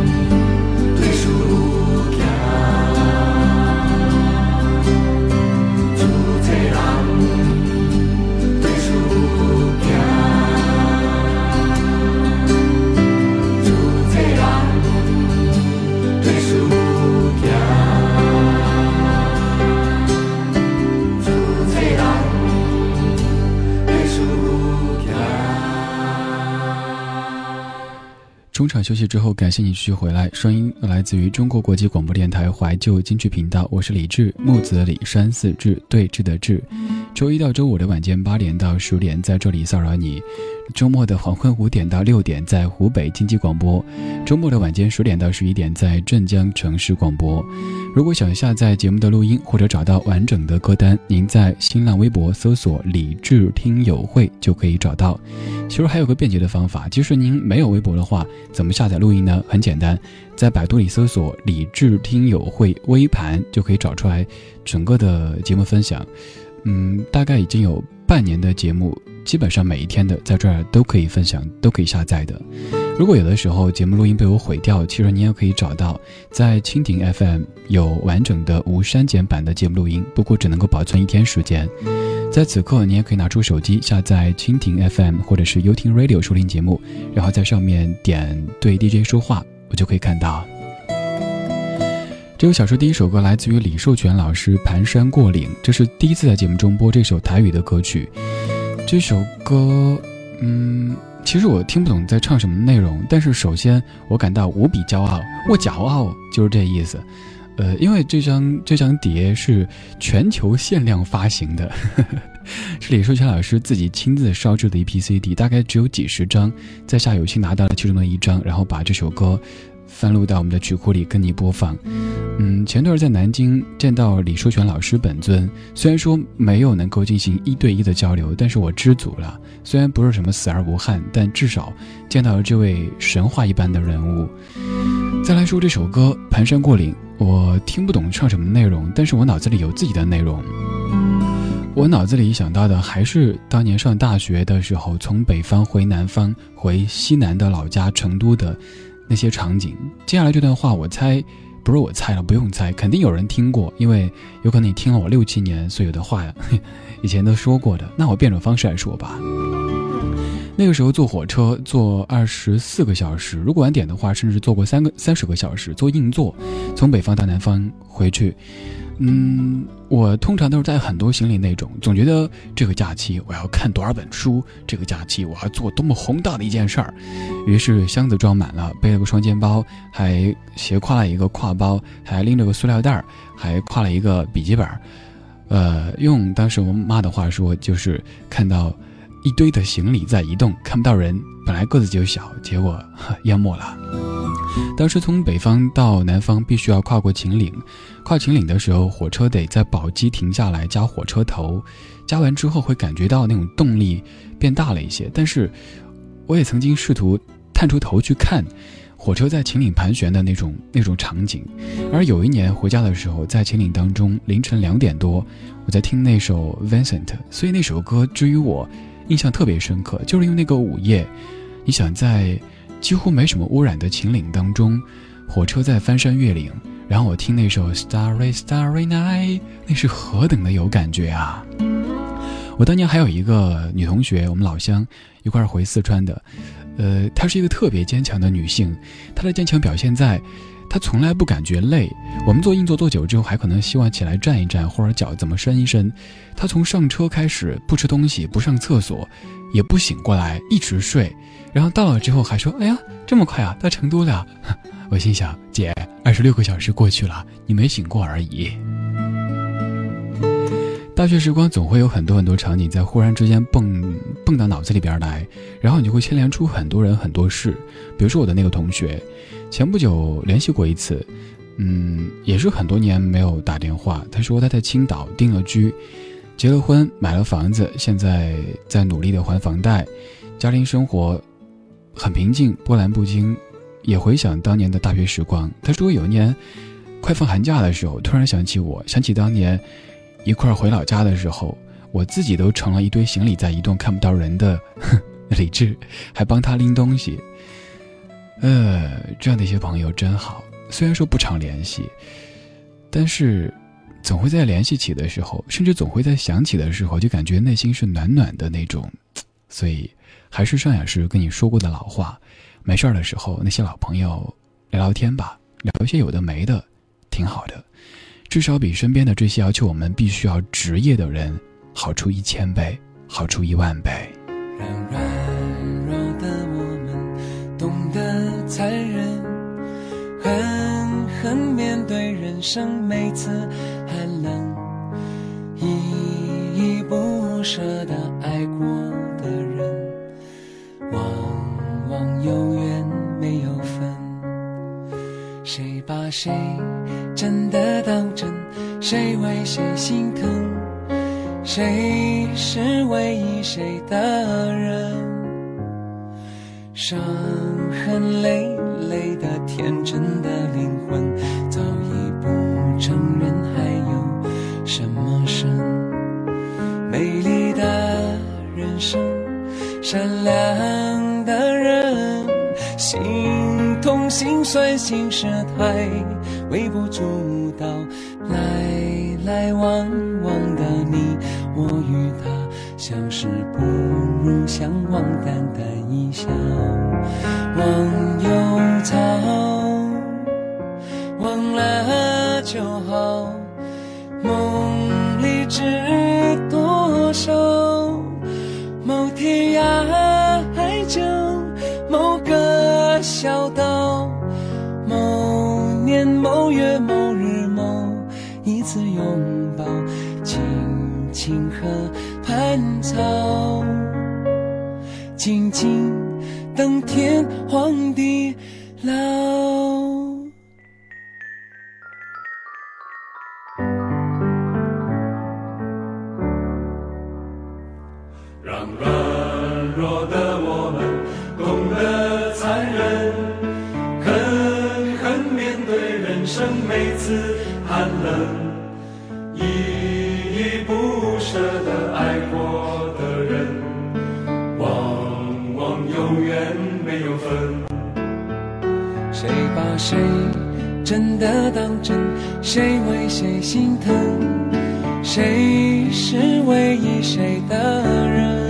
S3: 中场休息之后，感谢你继续回来。声音来自于中国国际广播电台怀旧金曲频道，我是李志，木子李山寺志，对峙的志。周一到周五的晚间8点到10点在这里骚扰你，周末的黄昏5点到6点在湖北经济广播，周末的晚间10点到11点在镇江城市广播。如果想下载节目的录音或者找到完整的歌单，您在新浪微博搜索李志听友会就可以找到。其实还有个便捷的方法，即使您没有微博的话，怎么下载录音呢？很简单，在百度里搜索李志听友会微盘就可以找出来整个的节目分享。大概已经有半年的节目，基本上每一天的在这儿都可以分享，都可以下载的。如果有的时候节目录音被我毁掉，其实你也可以找到在蜻蜓 FM 有完整的无删减版的节目录音，不过只能够保存1天时间。在此刻你也可以拿出手机下载蜻蜓 FM 或者是优听 Radio 收听节目，然后在上面点对 DJ 说话，我就可以看到。这首小说第一首歌来自于李寿全老师《盘山过岭》，这是第一次在节目中播这首台语的歌曲。这首歌其实我听不懂在唱什么内容，但是首先我感到无比骄傲，我骄傲就是这意思。因为这张碟是全球限量发行的，是李寿全老师自己亲自烧制的一批 CD， 大概只有几十张，在下有幸拿到了其中的一张，然后把这首歌翻录到我们的曲库里跟你播放。前段在南京见到李寿全老师本尊，虽然说没有能够进行1对1的交流，但是我知足了。虽然不是什么死而无憾，但至少见到了这位神话一般的人物。再来说这首歌《盘山过岭》，我听不懂唱什么内容，但是我脑子里有自己的内容。我脑子里想到的还是当年上大学的时候，从北方回南方，回西南的老家成都的那些场景。接下来这段话我猜，不是我猜了，不用猜，肯定有人听过，因为有可能你听了我6、7年所有的话呀，以前都说过的。那我变种方式来说吧。那个时候坐火车坐24个小时，如果晚点的话，甚至坐过30个小时，坐硬座，从北方到南方回去。我通常都是带很多行李那种，总觉得这个假期我要看多少本书，这个假期我要做多么宏大的一件事儿。于是箱子装满了，背了个双肩包，还斜挎了一个挎包，还拎着个塑料袋，还挎了一个笔记本。用当时我妈的话说，就是看到一堆的行李在移动，看不到人，本来个子就小，结果淹没了。当时从北方到南方必须要跨过秦岭，跨秦岭的时候火车得在宝鸡停下来加火车头，加完之后会感觉到那种动力变大了一些。但是我也曾经试图探出头去看火车在秦岭盘旋的那种场景。而有一年回家的时候，在秦岭当中凌晨2点多，我在听那首 Vincent， 所以那首歌至于我印象特别深刻，就是因为那个午夜，你想在几乎没什么污染的秦岭当中，火车在翻山越岭，然后我听那首 Starry Starry Night， 那是何等的有感觉啊。我当年还有一个女同学，我们老乡一块回四川的，她是一个特别坚强的女性，她的坚强表现在她从来不感觉累。我们坐硬座坐久之后还可能希望起来站一站，或者脚怎么伸一伸，她从上车开始不吃东西，不上厕所，也不醒过来，一直睡，然后到了之后还说，哎呀这么快啊，到成都了。我心想，姐，26个小时过去了，你没醒过而已。大学时光总会有很多很多场景在忽然之间蹦到脑子里边来，然后你就会牵连出很多人很多事。比如说我的那个同学，前不久联系过一次， 也是很多年没有打电话。他说他在青岛定了居，结了婚，买了房子，现在在努力的还房贷，家庭生活很平静，波澜不惊，也回想当年的大学时光。他说有一年快放寒假的时候，突然想起当年一块回老家的时候，我自己都成了一堆行李在移动，看不到人的理智，还帮他拎东西。这样的一些朋友真好，虽然说不常联系，但是总会在联系起的时候，甚至总会在想起的时候，就感觉内心是暖暖的那种。所以还是上雅师跟你说过的老话，没事的时候那些老朋友聊聊天吧，聊一些有的没的，挺好的，至少比身边的这些要求我们必须要职业的人好出1000倍，好出10000倍。
S2: 让软弱的我们懂得残忍，狠狠面对人生每次寒冷，依依不舍地爱过的人，往往永远没有分。谁把谁真的当真，谁为谁心疼，谁是唯一谁的人，伤痕累累的天真的灵魂，早已不承认还有什么神。美丽的人生，善良的人，心痛心酸心事太微不足道，来来往往的你我与他，相识不如相忘，淡淡一笑。忘忧草，忘了就好，梦里知多少，某天涯海角，某个小岛，某年某月某日某一次拥抱，青青河畔草，静静等天荒地老。
S9: 让软弱的我们懂得残忍，狠狠面对人生每次寒冷，依依不舍地爱过的人，往往永远没有分。
S2: 谁把谁真的当真，谁为谁心疼，谁是唯一谁的人，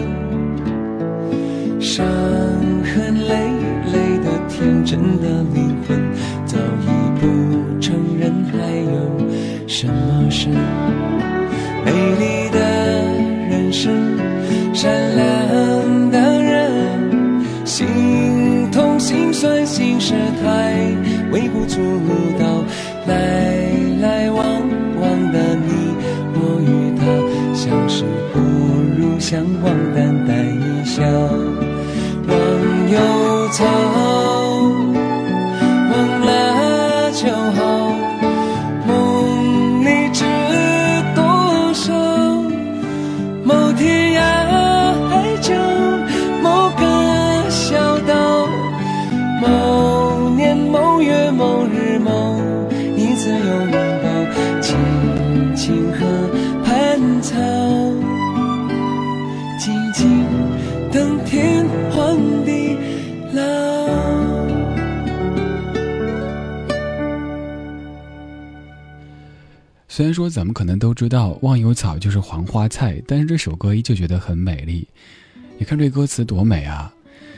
S2: 伤痕累累的天真的灵魂，早已不承认还有什么神。美丽的人生，善良的人，心痛心酸心事太微不足道，来来往往的你我与他，相识不如相忘，淡淡一笑。忘忧草，忘了就好，梦里知多少，某天涯海角，某个小岛，某年某月某日某一次拥抱，青青河畔草，静静等天荒地老。
S3: 虽然说咱们可能都知道忘忧草就是黄花菜，但是这首歌依旧觉得很美丽。你看这歌词多美啊！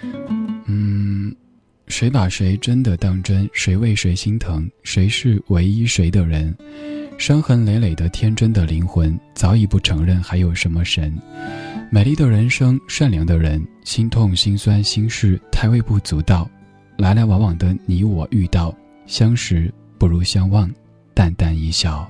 S3: 谁把谁真的当真，谁为谁心疼，谁是唯一谁的人，伤痕累累的天真的灵魂，早已不承认还有什么神。美丽的人生，善良的人，心痛心酸心事太微不足道，来来往往的你我遇到，相识不如相忘，淡淡一笑。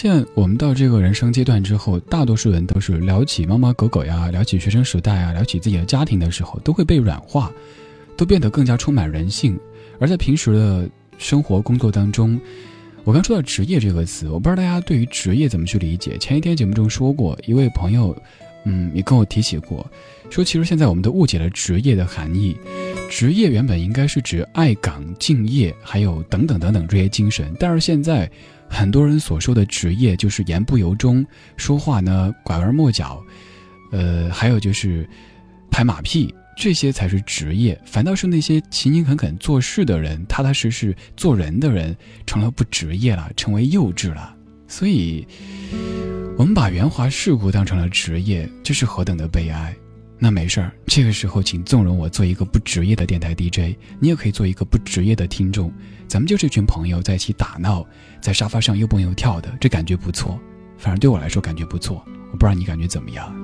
S3: 现我们到这个人生阶段之后，大多数人都是聊起猫猫狗狗呀，聊起学生时代啊，聊起自己的家庭的时候，都会被软化，都变得更加充满人性。而在平时的生活工作当中，我刚说到职业这个词，我不知道大家对于职业怎么去理解。前一天节目中说过，一位朋友也跟我提起过，说其实现在我们都误解了职业的含义。职业原本应该是指爱岗敬业还有等等等等这些精神，但是现在很多人所说的职业就是言不由衷，说话呢拐弯抹角，还有就是拍马屁，这些才是职业。反倒是那些勤勤恳恳做事的人，踏踏实实做人的人，成了不职业了，成为幼稚了。所以我们把圆滑世故当成了职业，这是何等的悲哀。那没事儿，这个时候请纵容我做一个不职业的电台 DJ， 你也可以做一个不职业的听众，咱们就是一群朋友在一起打闹，在沙发上又蹦又跳的，这感觉不错，反正对我来说感觉不错，我不知道你感觉怎么样。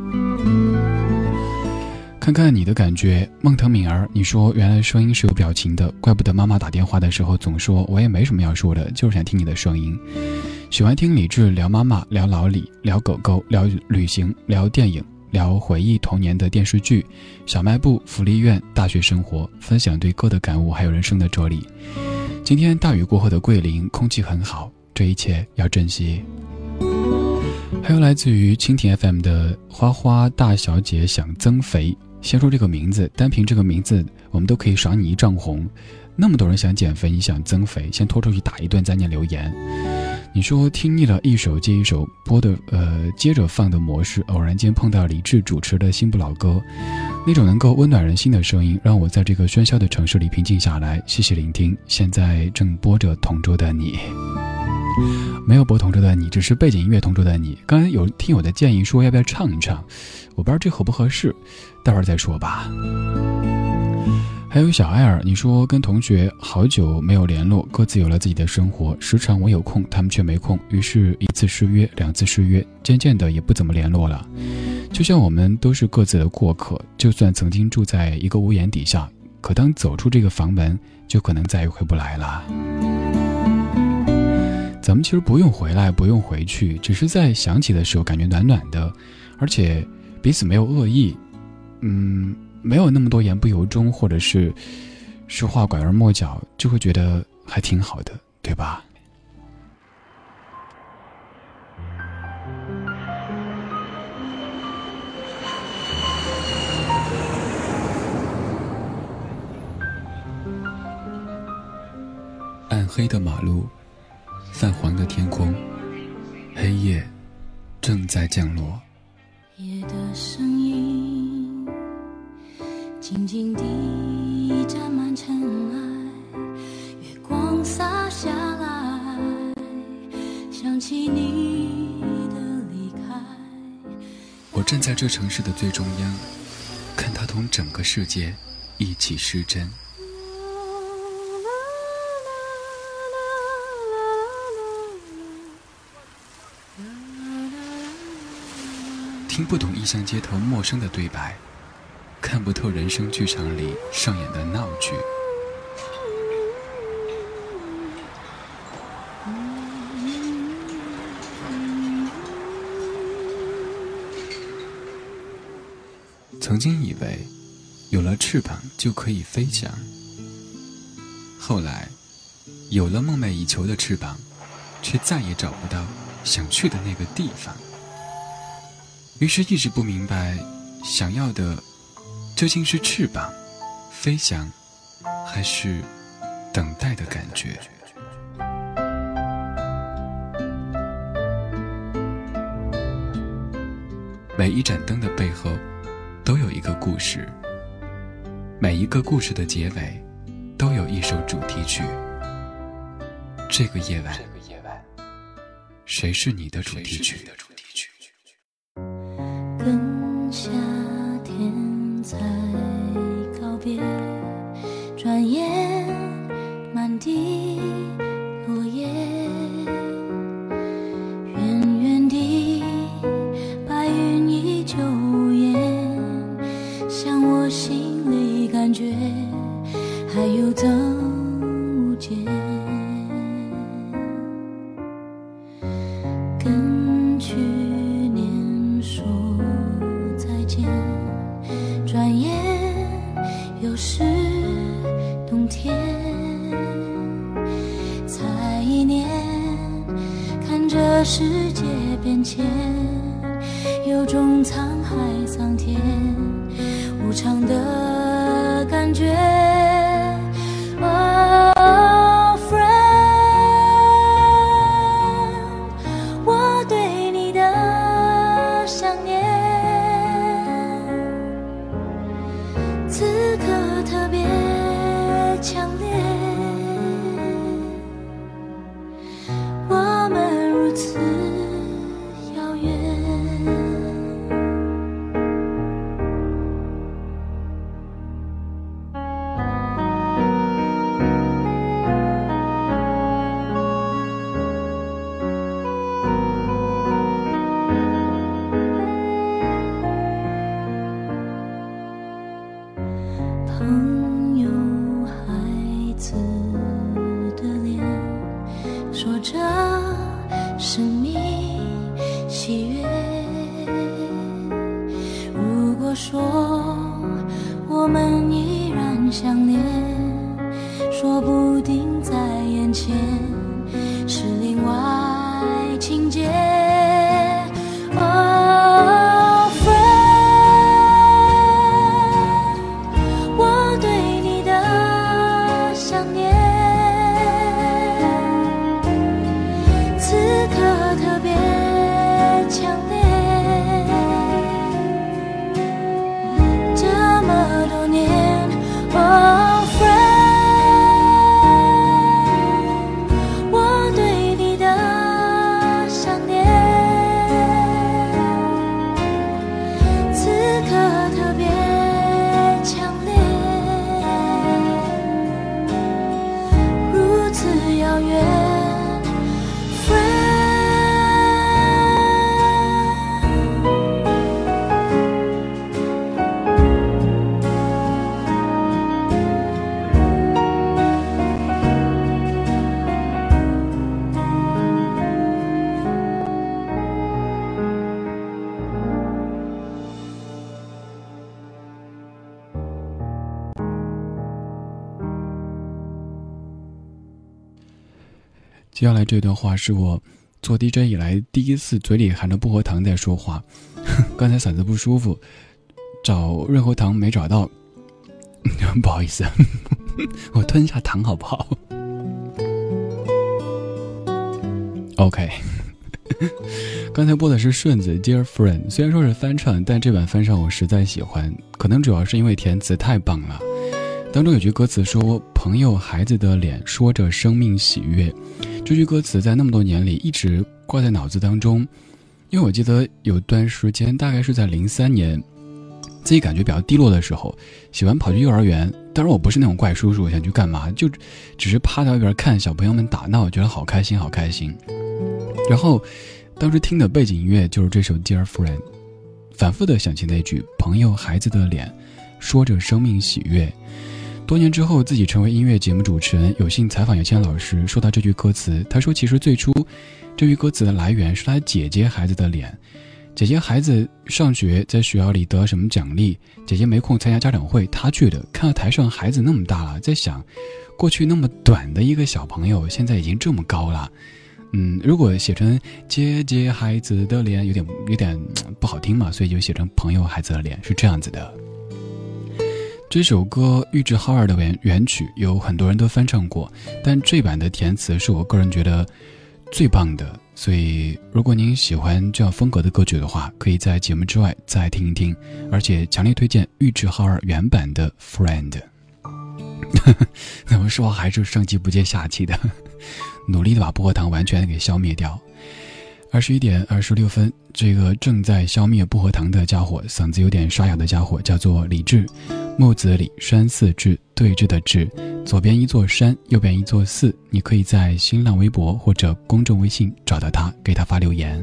S3: 看看你的感觉。孟腾敏儿，你说原来声音是有表情的，怪不得妈妈打电话的时候总说我也没什么要说的，就是想听你的声音。喜欢听李志聊妈妈，聊老李，聊狗狗，聊旅行，聊电影，聊回忆童年的电视剧，小卖部，福利院，大学生活，分享对歌的感悟还有人生的哲理。今天大雨过后的桂林空气很好，这一切要珍惜。还有来自于蜻蜓 FM 的花花大小姐想增肥。先说这个名字，单凭这个名字我们都可以赏你一丈红。那么多人想减肥，你想增肥，先拖出去打一顿再念留言。你说听腻了一首接一首播的接着放的模式，偶然间碰到李志主持的新不老歌，那种能够温暖人心的声音让我在这个喧嚣的城市里平静下来，细细聆听。现在正播着同桌的你，没有播同桌的你，只是背景音乐同桌的你。刚才有听友的建议说要不要唱一唱，我不知道这合不合适，待会儿再说吧。还有小艾尔，你说跟同学好久没有联络，各自有了自己的生活，时常我有空他们却没空，于是一次失约，两次失约，渐渐的也不怎么联络了。就像我们都是各自的过客，就算曾经住在一个屋檐底下，可当走出这个房门，就可能再也回不来了。咱们其实不用回来，不用回去，只是在想起的时候感觉暖暖的，而且彼此没有恶意，没有那么多言不由衷，或者是说话拐弯抹角，就会觉得还挺好的，对吧？暗黑的马路，泛黄的天空，黑夜正在降落。
S1: 夜的声音静静地沾满尘埃，月光洒下来，想起你的离开。
S3: 我站在这城市的最中央，看它同整个世界一起失真。听不懂异乡街头陌生的对白，看不透人生剧场里上演的闹剧。曾经以为有了翅膀就可以飞翔，后来有了梦寐以求的翅膀，却再也找不到想去的那个地方。于是一直不明白，想要的究竟是翅膀飞翔，还是等待的感觉。每一盏灯的背后都有一个故事，每一个故事的结尾都有一首主题曲。这个夜晚，谁是你的主题曲？
S1: 跟夏天在告别，转眼满地落叶，远远地白云依旧烟，像我心里感觉还有增无减。跟世界变迁，有种沧海桑田无常的感觉。Oh friend， 我对你的想念，此刻特别强烈。我们如此遥远。朋友孩子的脸，说着生命喜悦。如果说我们依然相恋，说不定在眼前是另外情节。Oh friend， 我对你的想念，此刻特别强烈。这么多年，Oh friend， 我对你的想念，此刻特别强烈，如此遥远。
S3: 接下来这段话是我做 DJ 以来第一次嘴里含着薄荷糖在说话，刚才嗓子不舒服，找润喉糖没找到，不好意思，我吞下糖好不好 ？OK， 刚才播的是顺子 Dear Friend， 虽然说是翻唱，但这版翻唱我实在喜欢，可能主要是因为填词太棒了。当中有句歌词说：“朋友孩子的脸，说着生命喜悦。”这句歌词在那么多年里一直挂在脑子当中，因为我记得有段时间，大概是在03年，自己感觉比较低落的时候，喜欢跑去幼儿园。当然我不是那种怪叔叔想去干嘛，就只是趴在外边看小朋友们打闹，觉得好开心好开心。然后当时听的背景音乐就是这首 Dear Friend， 反复的想起那句朋友孩子的脸，说着生命喜悦。多年之后，自己成为音乐节目主持人，有幸采访姚谦老师，说到这句歌词，他说其实最初这句歌词的来源是他姐姐孩子的脸。姐姐孩子上学在学校里得什么奖励，姐姐没空参加家长会，他去的，看到台上孩子那么大了，在想过去那么短的一个小朋友现在已经这么高了。如果写成姐姐孩子的脸有点不好听嘛，所以就写成朋友孩子的脸，是这样子的。这首歌玉置浩二的原曲有很多人都翻唱过，但这版的填词是我个人觉得最棒的，所以如果您喜欢这样风格的歌曲的话，可以在节目之外再听一听，而且强烈推荐玉置浩二原版的 Friend。 怎么说还是上气不接下气的，努力的把薄荷糖完全给消灭掉。21点26分，这个正在消灭薄荷糖的家伙，嗓子有点沙哑的家伙叫做李志，木子李，山寺志，对峙的志，左边一座山，右边一座寺。你可以在新浪微博或者公众微信找到他，给他发留言。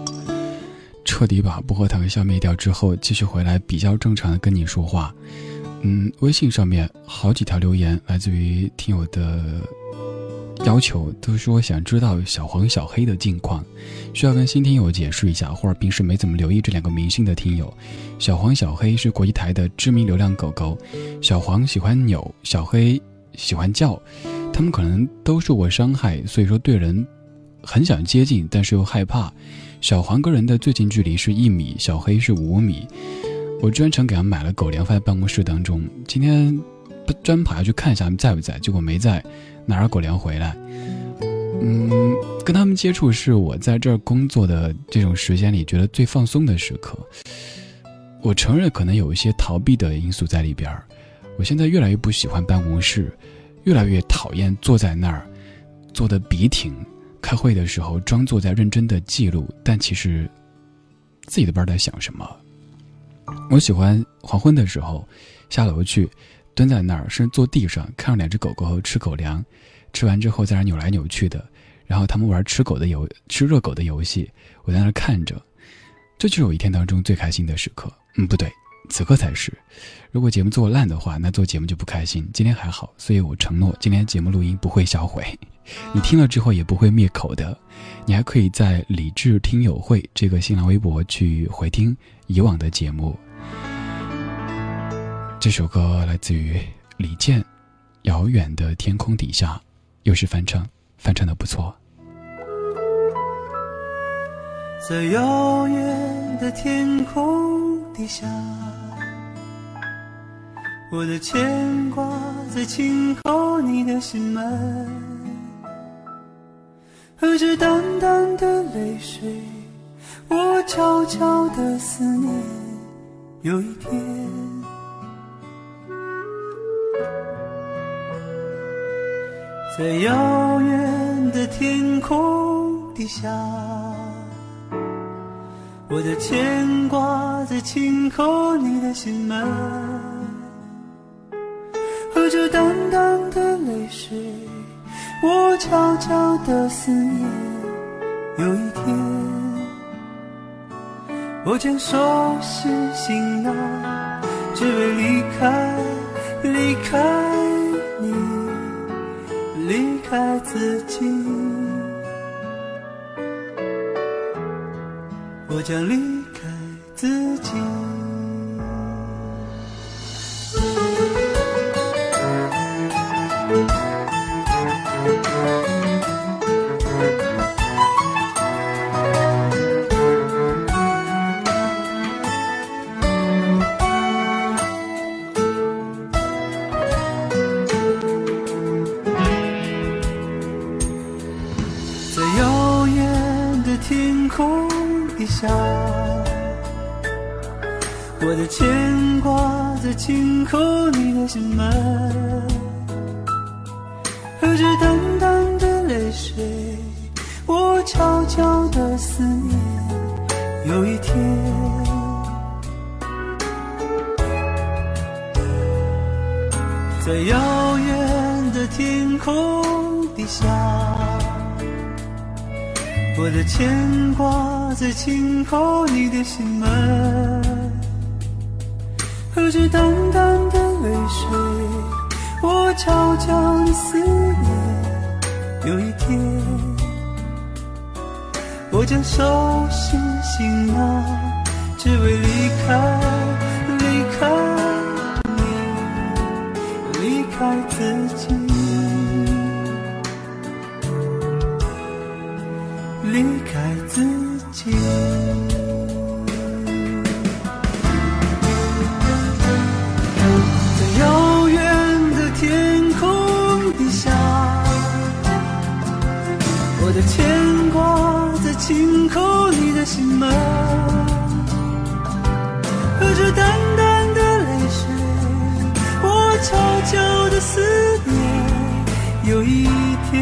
S3: 彻底把薄荷糖消灭掉之后，继续回来比较正常的跟你说话。 微信上面好几条留言来自于听友的要求，都说想知道小黄小黑的近况，需要跟新听友解释一下，或者平时没怎么留意这两个明星的听友。小黄小黑是国际台的知名流量狗狗，小黄喜欢扭，小黑喜欢叫，他们可能都受过伤害，所以说对人很想接近，但是又害怕。小黄跟人的最近距离是1米，小黑是5米。我专程给他买了狗粮放在办公室当中，今天专跑下去看一下在不在，结果没在，拿着狗粮回来。跟他们接触是我在这儿工作的这种时间里觉得最放松的时刻。我承认可能有一些逃避的因素在里边，我现在越来越不喜欢办公室，越来越讨厌坐在那儿坐得笔挺，开会的时候装作在认真的记录，但其实自己的不知道在想什么。我喜欢黄昏的时候下楼去蹲在那儿，甚至坐地上看着2只狗狗吃狗粮，吃完之后在那儿扭来扭去的，然后他们玩吃热狗的游戏，我在那儿看着，这就是我一天当中最开心的时刻。不对，此刻才是。如果节目做烂的话，那做节目就不开心。今天还好，所以我承诺今天节目录音不会销毁，你听了之后也不会灭口的。你还可以在理智听友会这个新浪微博去回听以往的节目。这首歌来自于李健，《遥远的天空底下》，又是翻唱的不错。
S2: 在遥远的天空底下，我的牵挂在轻叩你的心门，和着淡淡的泪水，我悄悄的思念。有一天，在遥远的天空底下，我的牵挂在轻叩你的心门，和着淡淡的泪水，我悄悄的思念。有一天，我将收拾行囊，只为离开你，离开自己。我将离开自己。在遥远的天空底下，我的牵挂在轻叩你的心门，和着淡淡的泪水，我悄悄的思念。有一天，在遥远的天空底下，我的牵挂在轻叩你的心门，和着淡淡的泪水，我悄悄的思念。有一天，我将收拾行囊，只为离开你，离开自己，离开自己。在遥远的天空底下，我的牵挂在轻叩你的心门，和着淡淡的泪水，我悄悄的思念。有一天，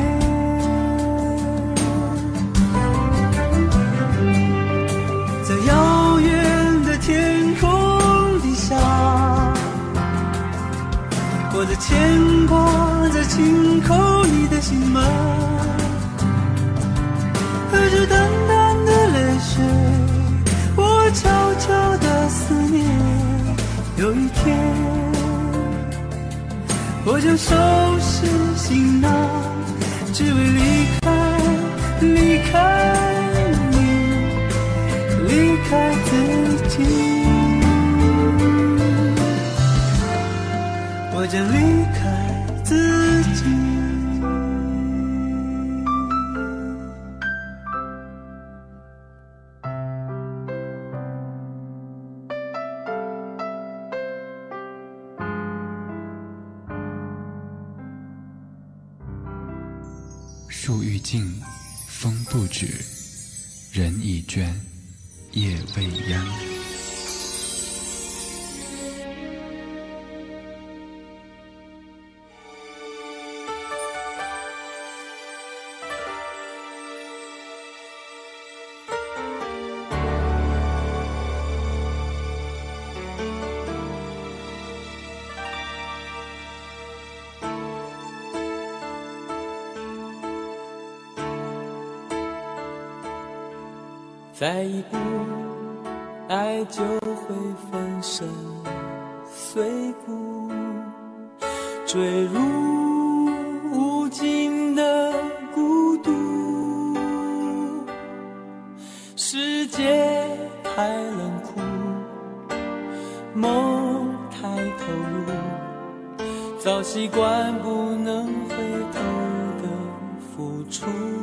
S2: 在遥远的天空底下，我的牵挂在轻叩你的心门，和着淡淡的泪水，我悄悄的思念。 我就收拾行囊，只为离开你，离开自己。我将离开自己。
S3: 树欲静，风不止，人已倦，夜未央。
S2: 再一步，爱就会粉身碎骨，坠入无尽的孤独。世界太冷酷，梦太投入，早习惯不能回头的付出。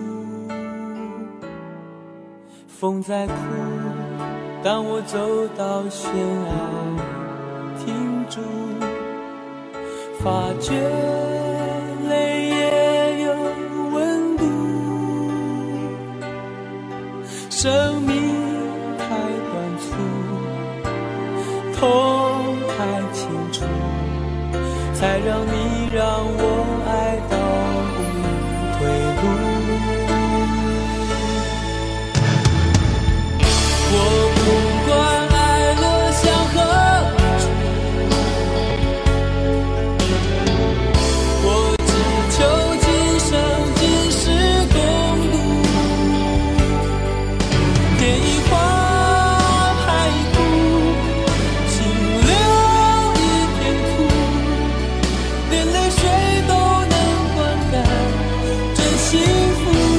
S2: 风在哭，当我走到悬崖停住，发觉泪也有温度。生命太短促，痛太清楚，才让你让我爱到无退路。我不管爱落向何处，我只求今生今世共度。天已花海枯，情留一片土，连泪水都能灌溉真幸福。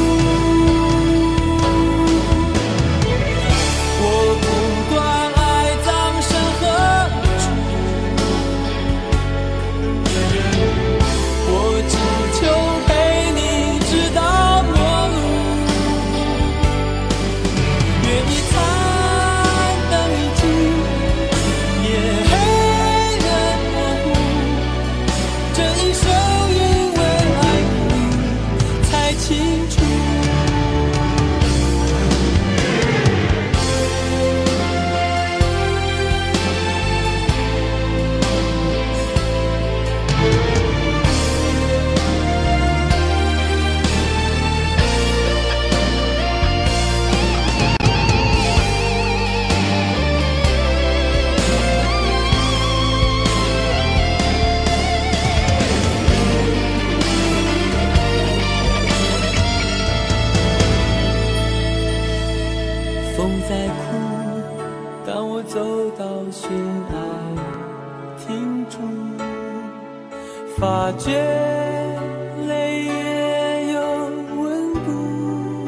S2: 风在哭，当我走到悬崖停住，发觉泪也有温度。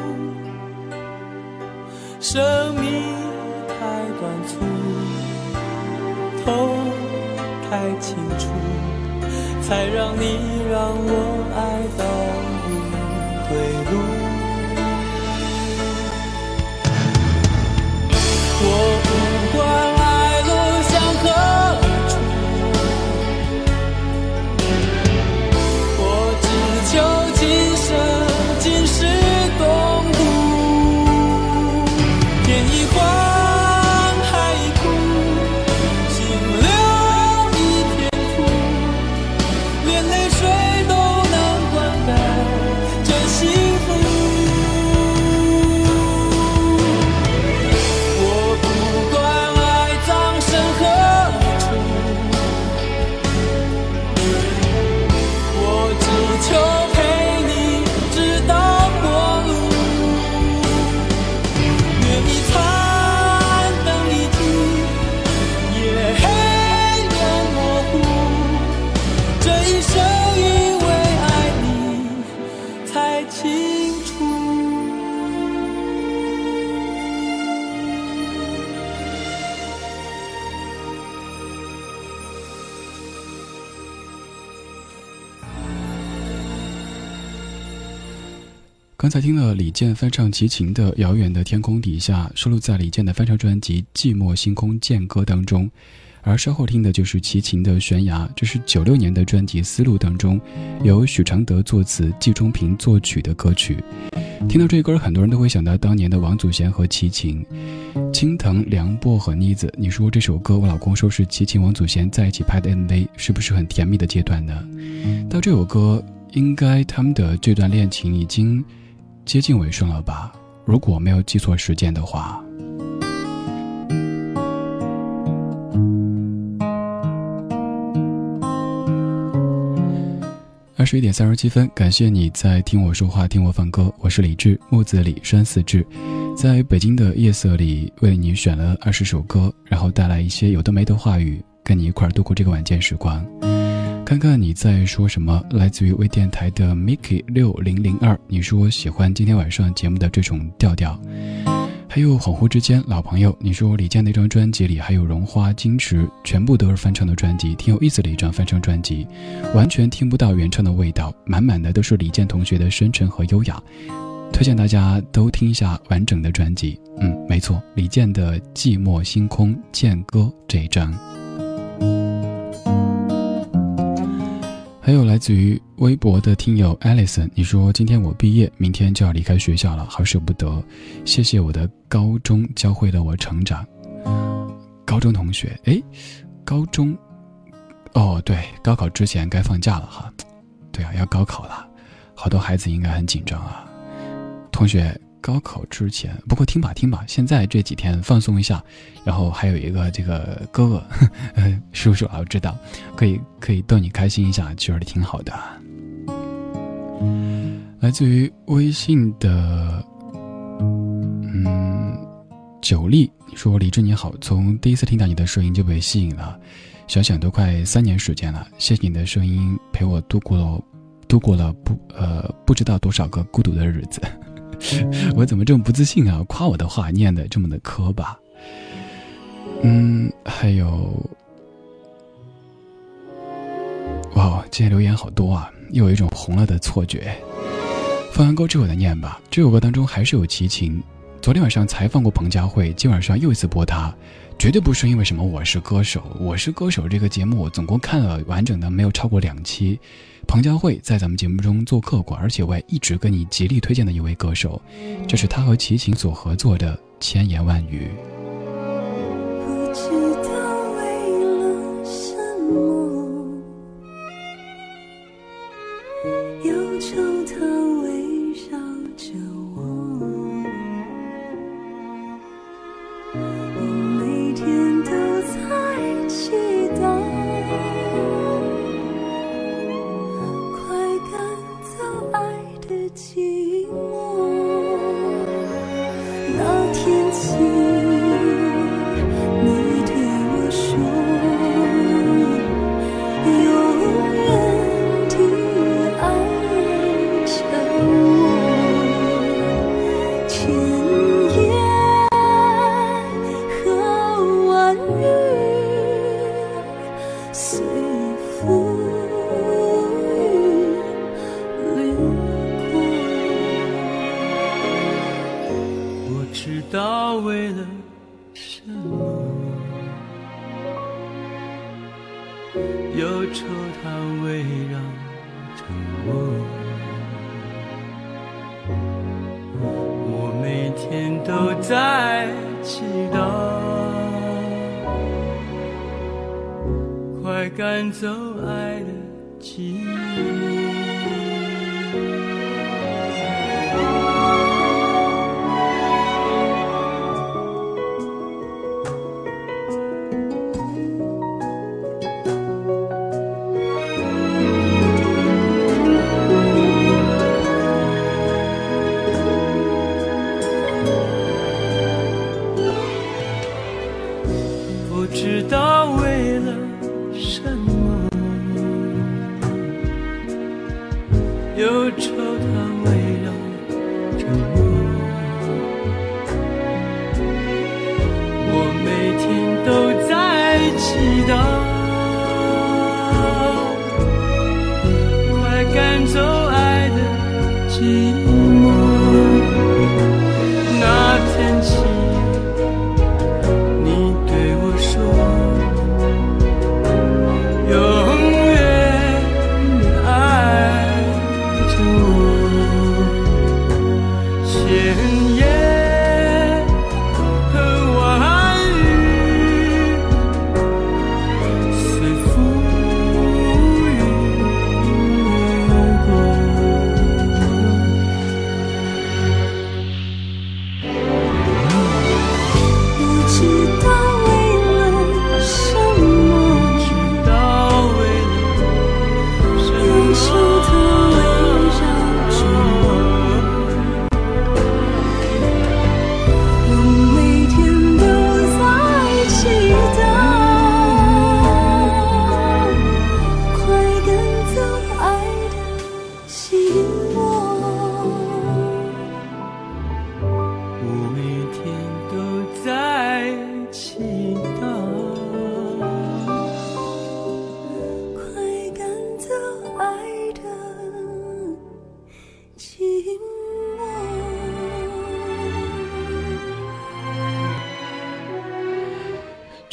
S2: 生命太短促，痛太清楚，才让你让我爱到无退路。我不管爱落向何处，我只求今生今世共度。天已荒海枯，心留一片土，连泪水都
S3: 刚才听了李健翻唱齐秦的《遥远的天空底下》，收录在李健的翻唱专辑《寂寞星空剑歌》当中。而稍后听的就是齐秦的《悬崖》，这是96年的专辑《丝路》当中由许常德作词、季中平作曲的歌曲。听到这歌，很多人都会想到当年的王祖贤和齐秦。青藤、凉薄荷、妮子，你说这首歌我老公说是齐秦、王祖贤在一起拍的 MV， 是不是很甜蜜的阶段呢？到这首歌，应该他们的这段恋情已经接近尾声了吧？如果没有记错时间的话。21点37分，感谢你在听我说话，听我放歌。我是李志，木字李，山寺志，在北京的夜色里为你选了20首歌，然后带来一些有的没的话语，跟你一块度过这个晚间时光。看看你在说什么。来自于微电台的 Mickey6002， 你说喜欢今天晚上节目的这种调调。还有恍惚之间老朋友，你说李健那张专辑里还有绒花、矜持，全部都是翻唱的专辑，挺有意思的一张翻唱专辑，完全听不到原唱的味道，满满的都是李健同学的深沉和优雅，推荐大家都听一下完整的专辑。没错，李健的《寂寞星空剑歌》这一张。还有来自于微博的听友 Alison， 你说今天我毕业，明天就要离开学校了，好舍不得，谢谢我的高中教会了我成长。高中同学，高中，对，高考之前该放假了哈。对啊，要高考了，好多孩子应该很紧张啊。同学，高考之前，不过听吧，现在这几天放松一下，然后还有一个这个哥哥，叔叔啊，我知道，可以逗你开心一下，觉得挺好的。来自于微信的九力，你说李志你好，从第一次听到你的声音就被吸引了，想想都快3年时间了，谢谢你的声音陪我度过了不知道多少个孤独的日子。我怎么这么不自信啊？夸我的话念得这么的磕巴。还有，哇，这些留言好多啊，又有一种红了的错觉。放完歌之后的念吧，这首歌当中还是有齐秦。昨天晚上采访过彭佳慧，今晚上又一次播他，绝对不是因为什么我是歌手这个节目我总共看了完整的没有超过2期。彭佳慧在咱们节目中做客过，而且我也一直跟你极力推荐的一位歌手，这是他和齐秦所合作的《千言万语》。
S1: 不知道为了什么，忧愁它围绕着我，我每天都在祈祷，寂寞。那天起，你对我说，永远地爱着我。千言和万语，随风
S2: 知道为了什么，忧愁它围绕着我，我每天都在祈祷，快赶走爱的寂寞。忧愁它围绕着我，我每天都在祈祷，快赶走爱的寂寞。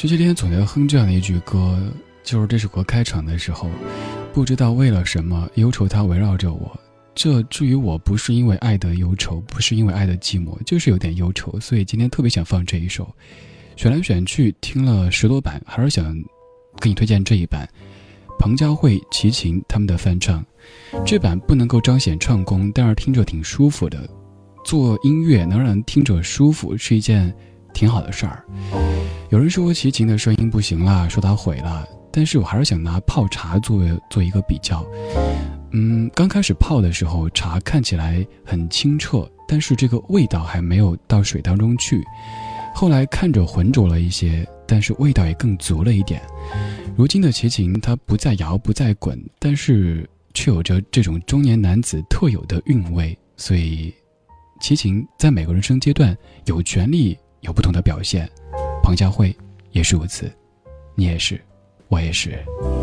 S3: 薛之谦总在哼这样的一句歌，就是这首歌开场的时候，不知道为了什么忧愁它围绕着我，这至于我不是因为爱的忧愁，不是因为爱的寂寞，就是有点忧愁，所以今天特别想放这一首。选来选去听了10多版，还是想给你推荐这一版，彭佳慧、齐秦他们的翻唱。这版不能够彰显唱功，但是听着挺舒服的。做音乐能让人听着舒服是一件挺好的事儿。有人说齐秦的声音不行啦，说他毁了，但是我还是想拿泡茶做一个比较。刚开始泡的时候，茶看起来很清澈，但是这个味道还没有到水当中去。后来看着浑浊了一些，但是味道也更足了一点。如今的齐秦，它不再摇不再滚，但是却有着这种中年男子特有的韵味，所以齐秦在每个人生阶段有权利有不同的表现。彭佳慧也是如此，你也是，我也是。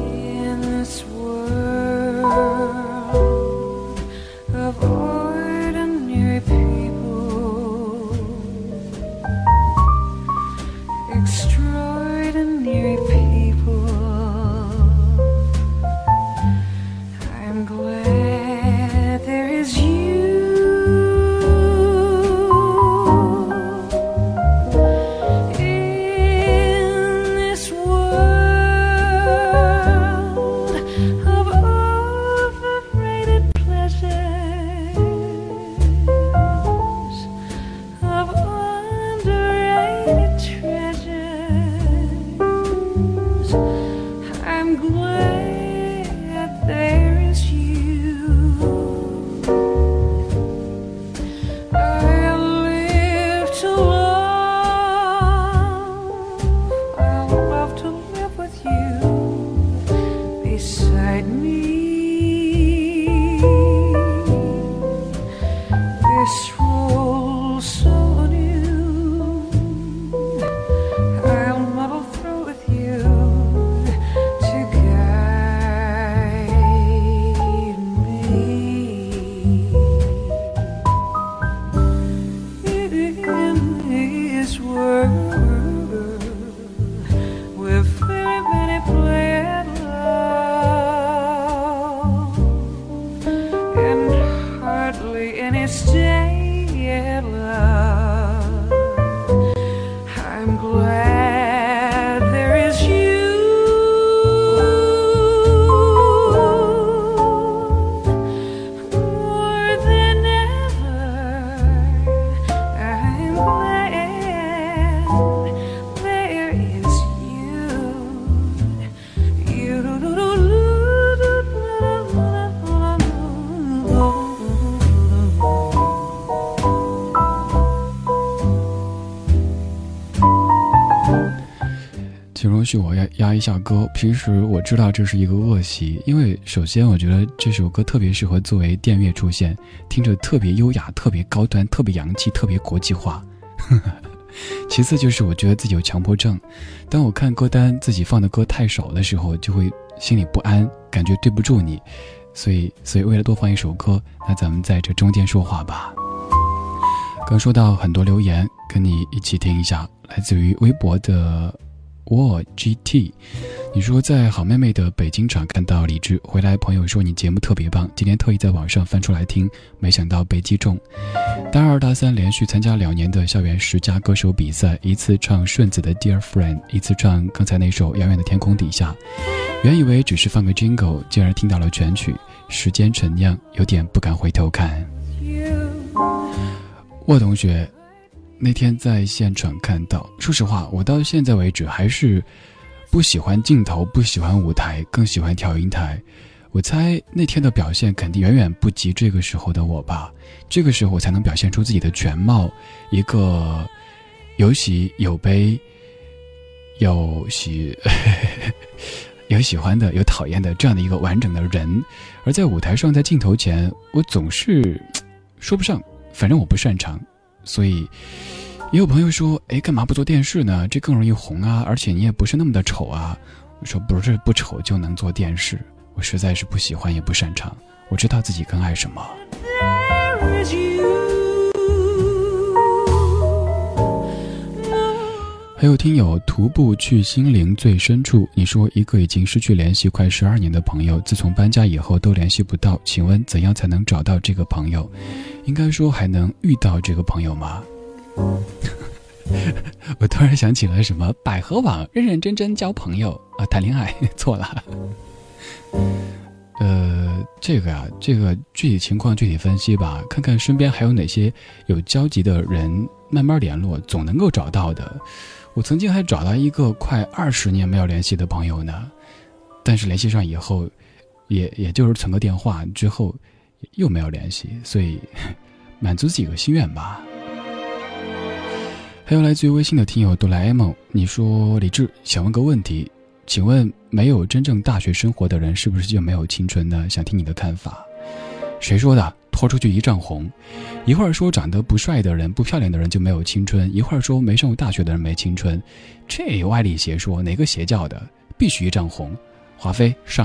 S5: Extraordinary people, I'm glad there is you in this world of overrated pleasures, of underrated treasures. I'm glad there is you. I'll live to love, I'll love to live with you beside me. This role so new, I'll muddle through with you to guide me. In this world with very many play at love and hardly any stay at love, I'm glad there is you. More than ever, I'm glad there is you. You.
S3: 请容许我压一下歌。平时我知道这是一个恶习，因为首先我觉得这首歌特别适合作为电乐出现，听着特别优雅，特别高端，特别洋气，特别国际化。其次就是我觉得自己有强迫症，当我看歌单自己放的歌太少的时候，就会心里不安，感觉对不住你，所以为了多放一首歌，那咱们在这中间说话吧。刚收到很多留言，跟你一起听一下，来自于微博的我 GT， 你说在好妹妹的北京场看到李志回来，朋友说你节目特别棒，今天特意在网上翻出来听，没想到被击中。大二大三连续参加2年的校园10佳歌手比赛，一次唱顺子的 Dear Friend， 一次唱刚才那首遥远的天空底下。原以为只是放个 jingle， 竟然听到了全曲，时间陈酿，有点不敢回头看。沃同学那天在现场看到，说实话，我到现在为止还是不喜欢镜头，不喜欢舞台，更喜欢调音台。我猜那天的表现肯定远远不及这个时候的我吧，这个时候我才能表现出自己的全貌，一个有喜有悲，有喜有喜欢的，有讨厌的，这样的一个完整的人。而在舞台上，在镜头前，我总是说不上，反正我不擅长。所以也有朋友说，干嘛不做电视呢？这更容易红啊，而且你也不是那么的丑啊。我说不是不丑就能做电视，我实在是不喜欢也不擅长，我知道自己更爱什么。 还有听友徒步去心灵最深处，你说一个已经失去联系快12年的朋友，自从搬家以后都联系不到，请问怎样才能找到这个朋友？应该说还能遇到这个朋友吗？我突然想起了什么百合网，认认真真交朋友啊，谈恋爱错了。这个具体情况具体分析吧，看看身边还有哪些有交集的人，慢慢联络，总能够找到的。我曾经还找到一个快20年没有联系的朋友呢，但是联系上以后，也就是存个电话之后，又没有联系，所以满足自己个心愿吧。还有来自于微信的听友哆啦 A 梦，你说李志想问个问题，请问没有真正大学生活的人是不是就没有青春呢？想听你的看法。谁说的？拖出去一丈红。一会儿说长得不帅的人不漂亮的人就没有青春，一会儿说没上过大学的人没青春，这歪理邪说，哪个邪教的？必须一丈红。华妃上。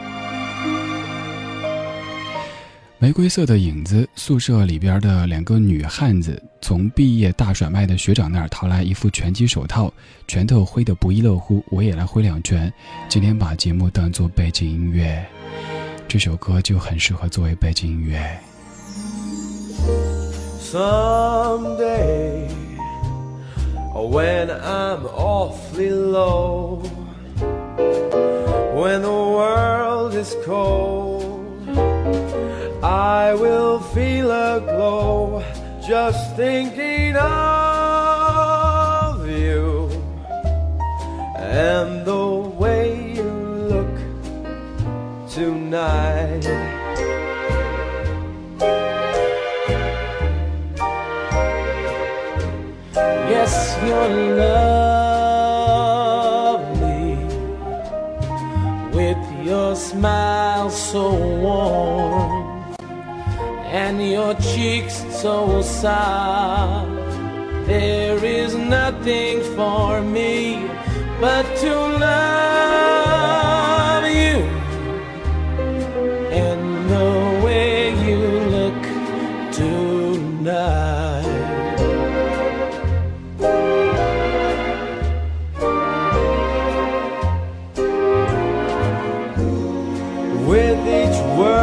S3: 玫瑰色的影子，宿舍里边的2个女汉子从毕业大甩卖的学长那儿淘来一副拳击手套，拳头挥得不亦乐乎，我也来挥2拳。今天把节目当作背景音乐，这首歌就很适合作为背景音乐。
S2: Someday, when I'm awfully low, when the world is cold,I will feel a glow just thinking of you and the way you look tonight. Yes, you're lovely with your smile so warm.And your cheeks so soft. There is nothing for me but to love you and the way you look tonight. With each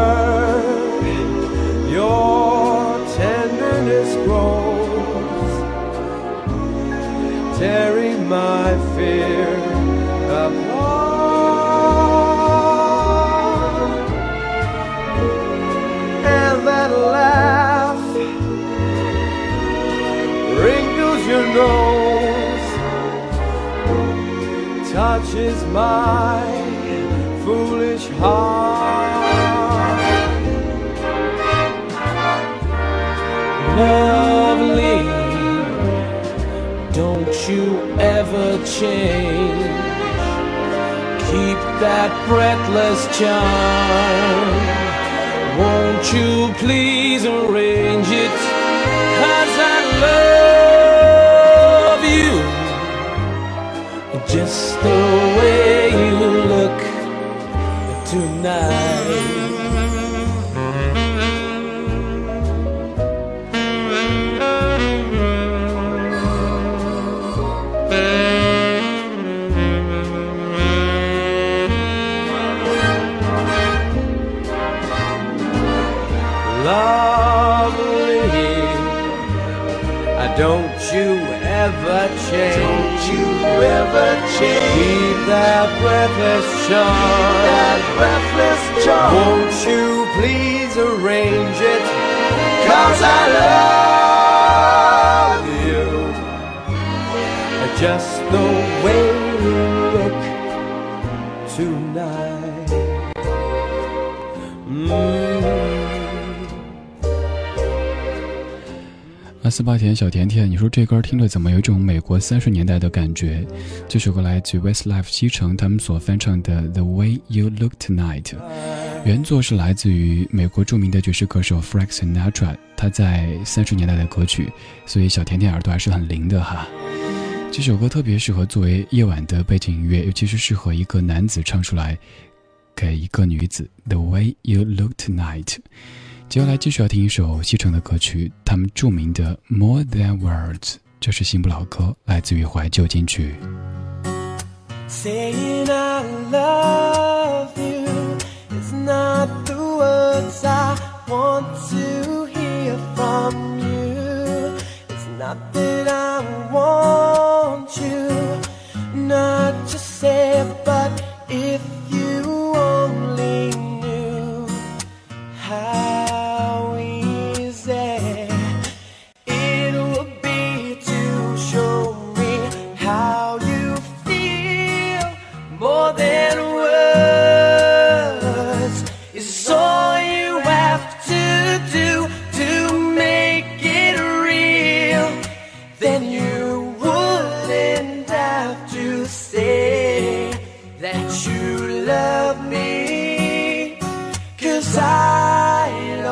S2: word,Your tenderness grows, tearing my fear apart. And that laugh wrinkles your nose, touches my foolish heart.Lovely, don't you ever change. Keep that breathless charm. Won't you please arrange it? 'Cause I love you just the way you look tonight.Don't you ever change. Don't you ever change. Keep that breathless charm. Won't you please arrange it? 'Cause I love you just the way you look tonight.
S3: 48田小甜甜，你说这歌听着怎么有一种美国30年代的感觉？这首歌来自 Westlife 西城他们所翻唱的 The Way You Look Tonight， 原作是来自于美国著名的爵士歌手 Frank Sinatra， 他在30年代的歌曲，所以小甜甜耳朵还是很灵的哈。这首歌特别适合作为夜晚的背景音乐，尤其是适合一个男子唱出来给一个女子 The Way You Look Tonight。接下来继续要听一首西城的歌曲，他们著名的 More Than Words。 这是新不老歌，来自于怀旧金曲。
S2: Saying I love you is not the words I want to hear from you. It's not that I want you not to say it, but if you only knew how easy it would be to show me how you feel more than words. It's all you have to do to make it real. Then you wouldn't have to say that you love me, 'cause I'd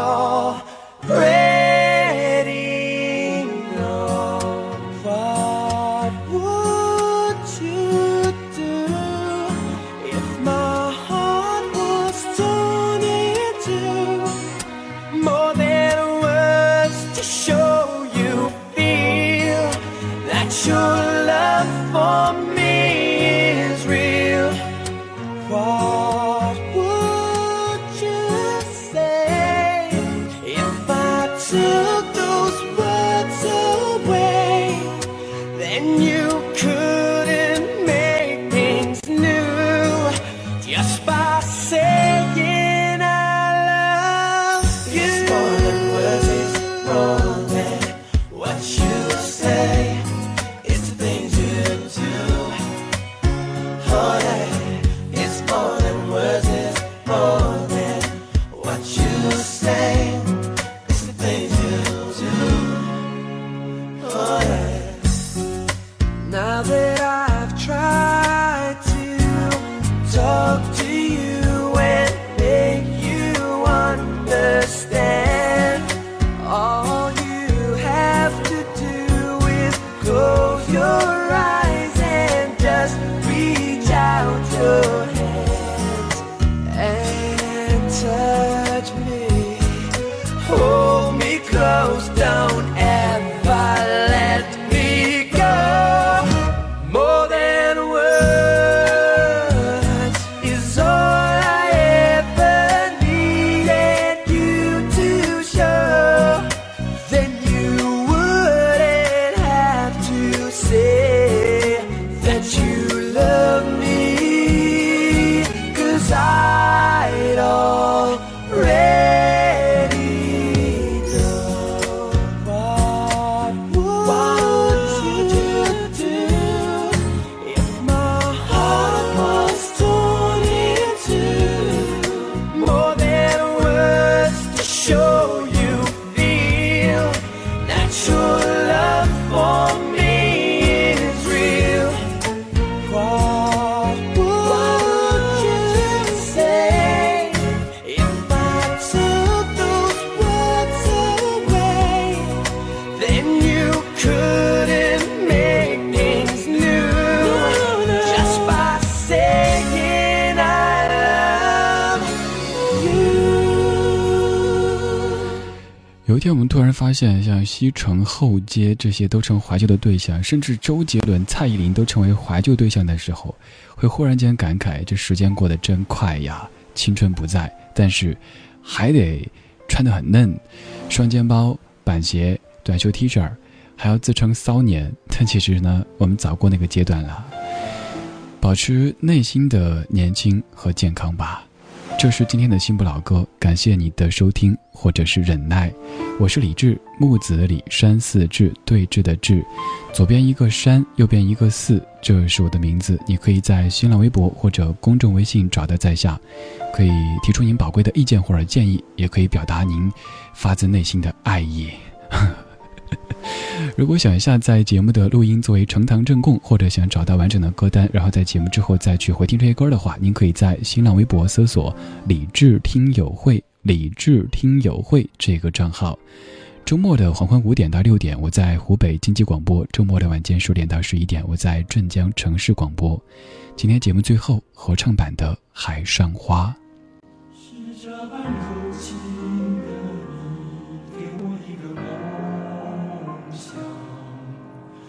S2: already know. What would you do if my heart was torn in two? More than words to show you feel that your love for me is real. What would you say if I took those words away? Then you couldn't make things new just by saying I love you. It's more than words, it's more than what you say. It's the things you do. Oh yeah, it's more than words, it's more than what you say. It's the things you do. Oh yeah. Now that I've tried to talk to you and make you understand, all you have to do is close your eyes and just reach out your hands and touch me. Hold me close, don't ever let me go. More than words is all I ever needed you to show. Then you wouldn't have to say that you love me, 'cause I'd already know. What would you do if my heart was torn in two? More than words to show you feel that your love for me is real. What would you say if I took those words away? Then you couldn't make things new just by saying I love you.
S3: 有一天我们突然发现，像西城、后街这些都成怀旧的对象，甚至周杰伦、蔡依林都成为怀旧对象的时候，会忽然间感慨这时间过得真快呀，青春不在，但是还得穿得很嫩，双肩包、板鞋、短袖 T 恤，还要自称骚年，但其实呢，我们早过那个阶段了。保持内心的年轻和健康吧。这是今天的新不老歌，感谢你的收听或者是忍耐。我是李志，木子的李，山寺志，对峙的志，左边一个山，右边一个寺，这是我的名字。你可以在新浪微博或者公众微信找到在下，可以提出您宝贵的意见或者建议，也可以表达您发自内心的爱意。如果想下载节目的录音作为呈堂证供，或者想找到完整的歌单，然后在节目之后再去回听这些歌的话，您可以在新浪微博搜索李志听友会，李志听友会这个账号。周末的黄昏5点到6点，我在湖北经济广播；周末的晚间10点到11点，我在镇江城市广播。今天节目最后合唱版的《海上花》。
S9: 是这般口气的你，给我一个梦想，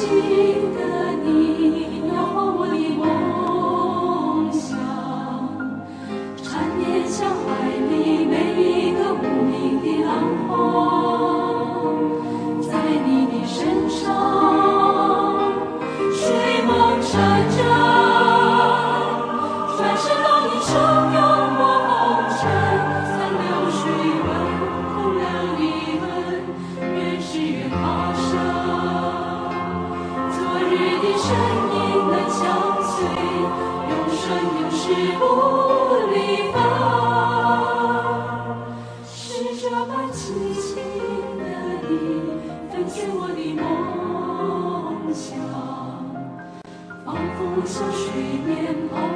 S1: 的你，描画我的梦想，缠绵像海里每一个无名的浪花，在你的身上睡梦闪着，转身到你汹涌红尘，残流水纹空留遗恨，越是越发深。昨日的身影能相随，永生永世不离分。是这般凄清的你，分解我的梦想，仿佛像水面泡